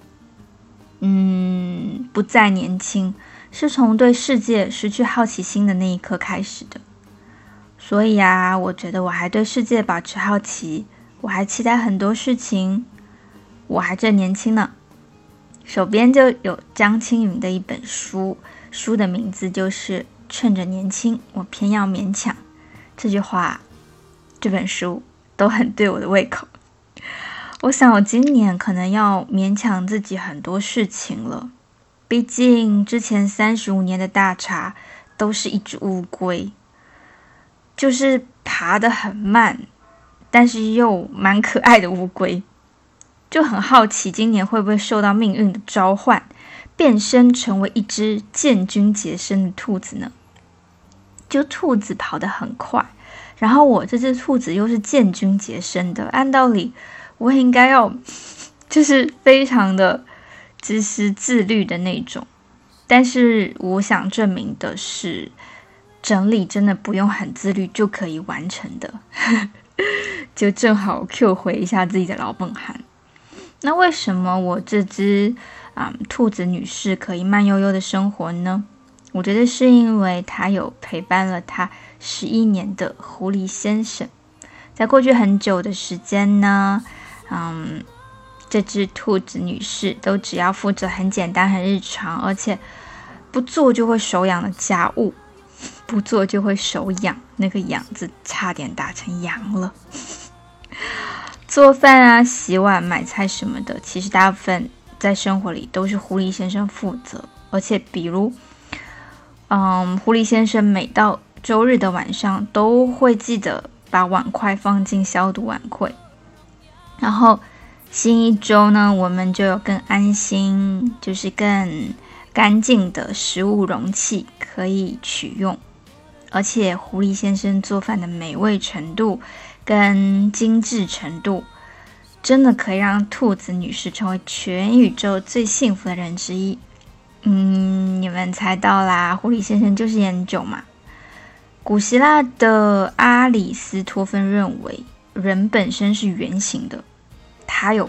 不再年轻是从对世界失去好奇心的那一刻开始的。所以啊，我觉得我还对世界保持好奇，我还期待很多事情，我还正年轻呢。手边就有张青云的一本书，书的名字就是趁着年轻我偏要勉强。这句话这本书都很对我的胃口。我想我今年可能要勉强自己很多事情了，毕竟之前35年的大茶都是一只乌龟，就是爬得很慢但是又蛮可爱的乌龟。就很好奇今年会不会受到命运的召唤，变身成为一只建军结身的兔子呢？就兔子跑得很快，然后我这只兔子又是建军结身的，按道理我应该要就是非常的自私自律的那种。但是我想证明的是，整理真的不用很自律就可以完成的。就正好 Q 回一下自己的老本行。那为什么我这只兔子女士可以慢悠悠的生活呢？我觉得是因为她有陪伴了她11年的狐狸先生。在过去很久的时间呢，这只兔子女士都只要负责很简单很日常，而且不做就会手痒的家务，不做就会手痒，那个痒字差点打成羊了。做饭啊、洗碗、买菜什么的，其实大部分在生活里都是狐狸先生负责。而且比如狐狸先生每到周日的晚上都会记得把碗筷放进消毒碗柜，然后新一周呢，我们就有更安心，就是更干净的食物容器可以取用。而且狐狸先生做饭的美味程度跟精致程度，真的可以让兔子女士成为全宇宙最幸福的人之一。你们猜到啦，狐狸先生就是烟酒嘛。古希腊的阿里斯托芬认为，人本身是圆形的，他有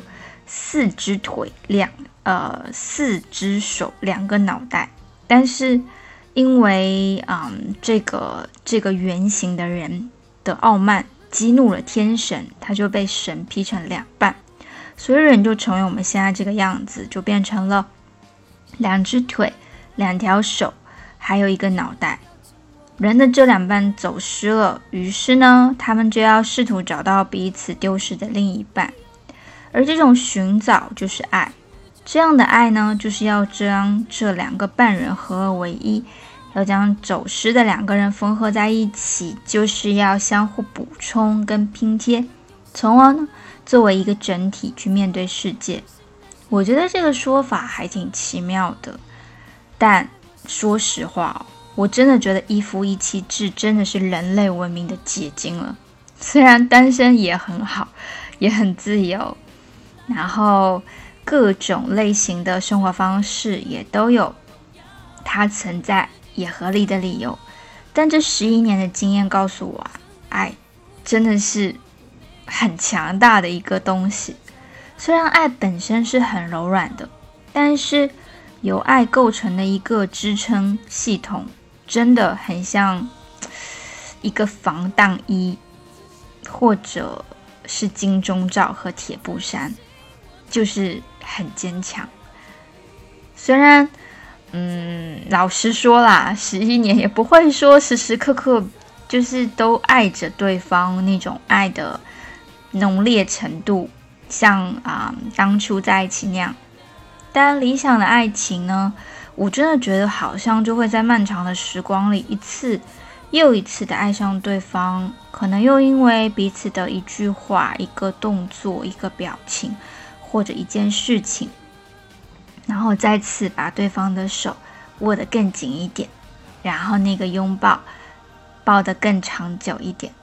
4只腿、4只手、2个脑袋，但是因为这个圆形的人的傲慢激怒了天神，他就被神劈成2半，所以人就成为我们现在这个样子，就变成了2只腿、2条手，还有1个脑袋。人的这2半走失了，于是呢，他们就要试图找到彼此丢失的另一半，而这种寻找就是爱。这样的爱呢，就是要将这2个半人合而为一，要将走失的2个人缝合在一起，就是要相互补充跟拼贴，从而呢，作为一个整体去面对世界。我觉得这个说法还挺奇妙的，但说实话我真的觉得一夫一妻制真的是人类文明的结晶了。虽然单身也很好，也很自由，然后各种类型的生活方式也都有它存在也合理的理由，但这11年的经验告诉我爱真的是很强大的一个东西。虽然爱本身是很柔软的，但是由爱构成的一个支撑系统真的很像一个防弹衣，或者是金钟罩和铁布衫，就是很坚强。虽然老实说啦，11年也不会说时时刻刻就是都爱着对方，那种爱的浓烈程度像当初在一起那样。但理想的爱情呢，我真的觉得好像就会在漫长的时光里一次又一次的爱上对方，可能又因为彼此的一句话、一个动作、一个表情，或者一件事情，然后再次把对方的手握得更紧一点，然后那个拥抱抱得更长久一点。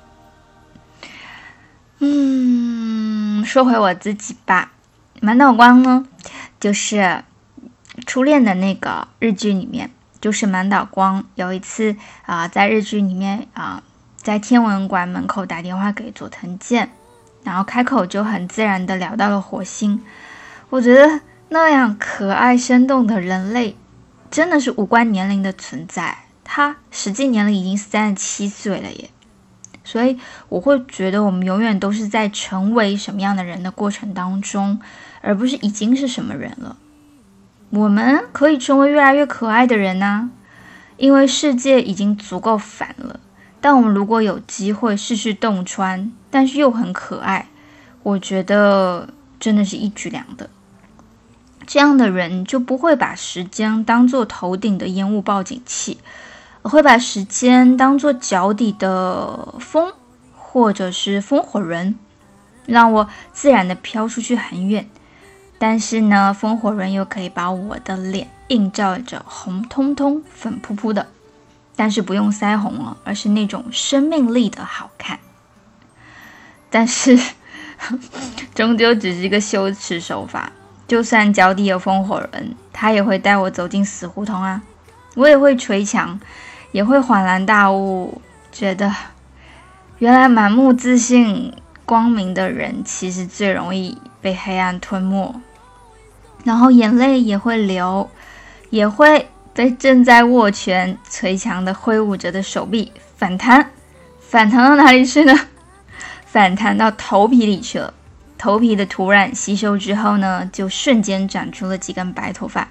说回我自己吧，满岛光呢，就是初恋的那个日剧里面，就是满岛光有一次在日剧里面在天文馆门口打电话给佐藤健，然后开口就很自然的聊到了火星。我觉得那样可爱生动的人类真的是无关年龄的存在，他实际年龄已经37岁了耶。所以我会觉得我们永远都是在成为什么样的人的过程当中，而不是已经是什么人了。我们可以成为越来越可爱的人啊，因为世界已经足够烦了。但我们如果有机会事事洞穿，但是又很可爱，我觉得真的是一举两得。这样的人就不会把时间当作头顶的烟雾报警器，而会把时间当作脚底的风，或者是风火轮，让我自然的飘出去很远。但是呢，风火轮又可以把我的脸映照着红彤彤、粉扑扑的，但是不用腮红了，而是那种生命力的好看。但是终究只是一个修辞手法，就算脚底有风火轮，它也会带我走进死胡同啊。我也会捶墙，也会恍然大悟，觉得原来满目自信光明的人其实最容易被黑暗吞没，然后眼泪也会流，也会被正在握拳捶墙的挥舞着的手臂反弹到哪里去呢？反弹到头皮里去了。头皮的土壤吸收之后呢，就瞬间长出了几根白头发。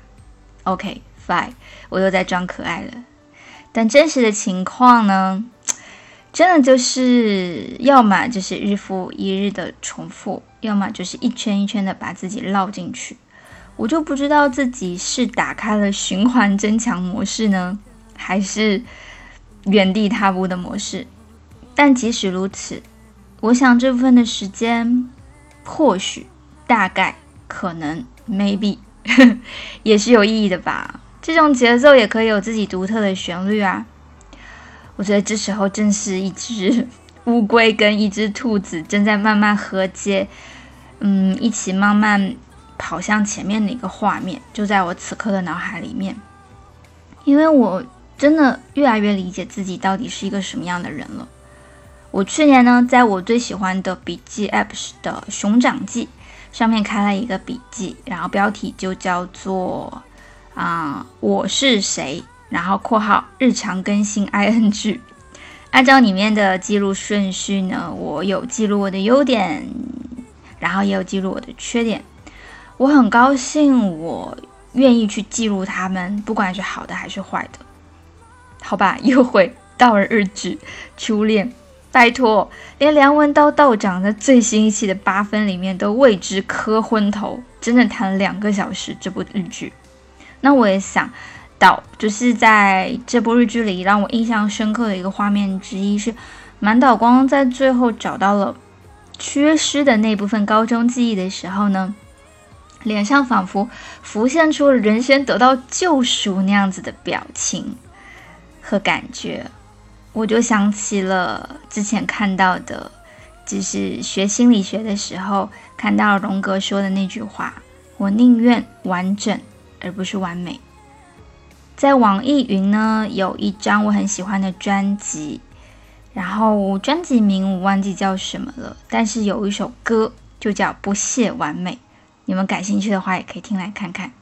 OK fine， 我又在装可爱了。但真实的情况呢，真的就是要么就是日复一日的重复，要么就是一圈一圈的把自己绕进去。我就不知道自己是打开了循环增强模式呢，还是原地踏步的模式。但即使如此，我想这部分的时间或许大概可能 maybe 也是有意义的吧。这种节奏也可以有自己独特的旋律啊。我觉得这时候正是一只乌龟跟一只兔子正在慢慢和解，一起慢慢跑向前面的一个画面，就在我此刻的脑海里面。因为我真的越来越理解自己到底是一个什么样的人了。我去年呢，在我最喜欢的笔记 app 的熊掌记上面开了一个笔记，然后标题就叫做我是谁，然后括号日常更新 ing。 按照里面的记录顺序呢，我有记录我的优点，然后也有记录我的缺点。我很高兴我愿意去记录他们，不管是好的还是坏的。好吧，又回到了日剧初恋。拜托，连梁文道道长在最新一期的8分里面都为之磕昏头，真的谈了2个小时这部日剧。那我也想到，就是在这部日剧里让我印象深刻的一个画面之一是，满岛光在最后找到了缺失的那部分高中记忆的时候呢，脸上仿佛浮现出了人生得到救赎那样子的表情和感觉。我就想起了之前看到的，就是学心理学的时候看到荣格说的那句话，我宁愿完整而不是完美。在网易云呢，有一张我很喜欢的专辑，然后专辑名我忘记叫什么了，但是有一首歌就叫不屑完美，你们感兴趣的话也可以听来看看。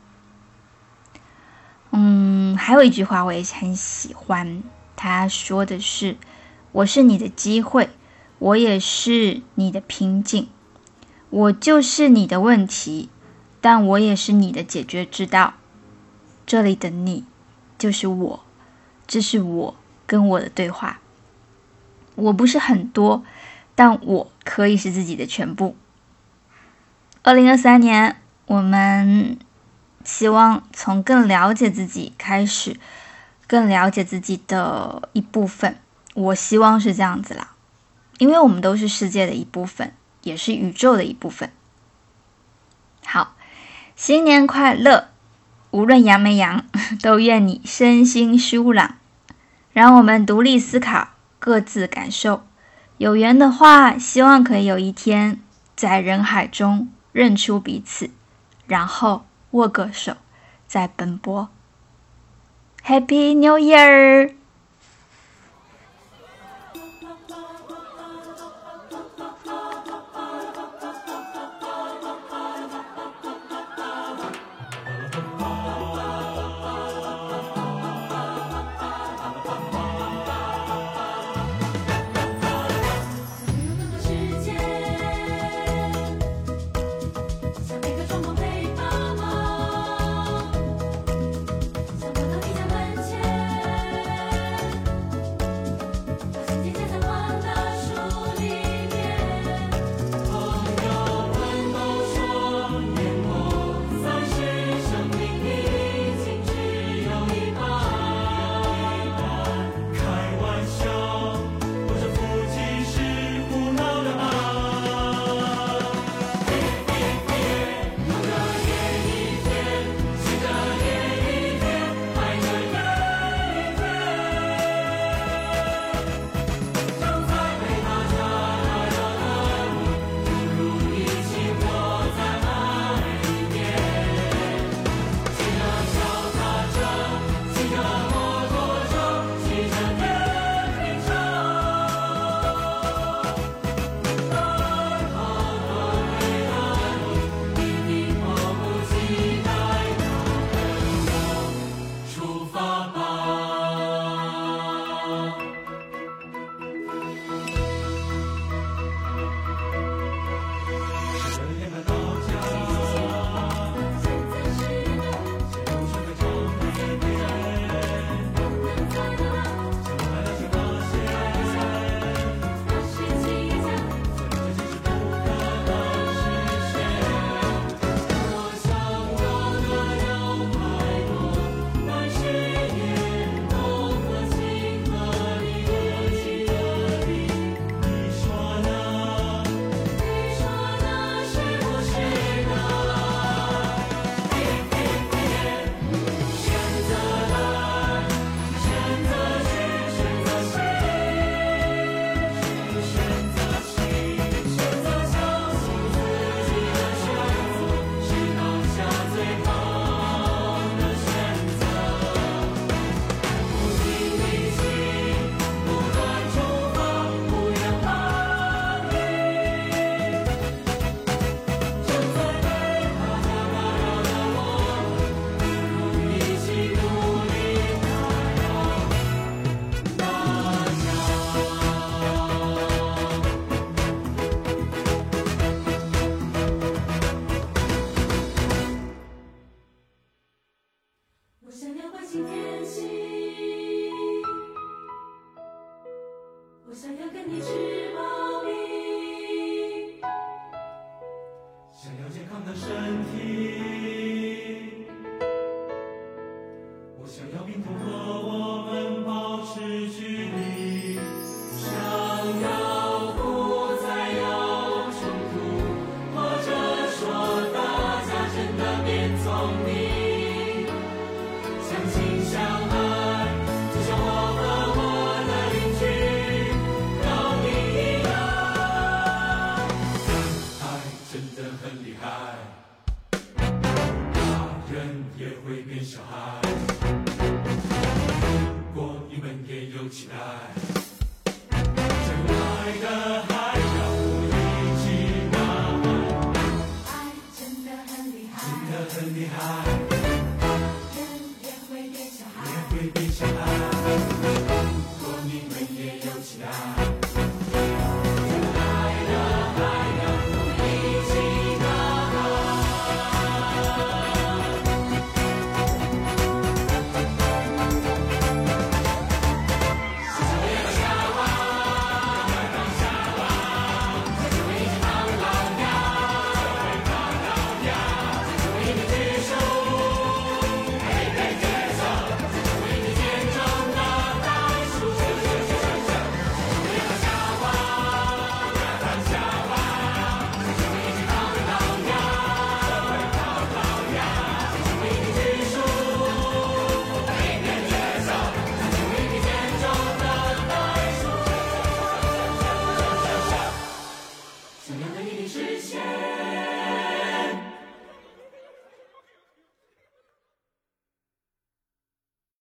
还有一句话我也很喜欢，他说的是，我是你的机会，我也是你的瓶颈，我就是你的问题，但我也是你的解决之道。这里的你就是我，这是我跟我的对话。我不是很多，但我可以是自己的全部。2023年，我们希望从更了解自己开始，更了解自己的一部分， 我希望是这样子啦，因为我们都是世界的一部分，也是宇宙的一部分。好，新年快乐！无论阳没阳，都愿你身心舒朗。让我们独立思考，各自感受。有缘的话，希望可以有一天，在人海中认出彼此，然后握个手，再奔波。Happy New Year！ 我想要跟你吃爆米，想要健康的身体，我想要病痛和我们保持距离，想要不再有冲突，或者说大家真的变聪明，相亲相爱，就像我和我的邻居高明一样，爱真的很厉害，大人也会变小孩，如果你们也有期待，将来的海让我一起呐喊，爱真的很厉害，真的很厉害。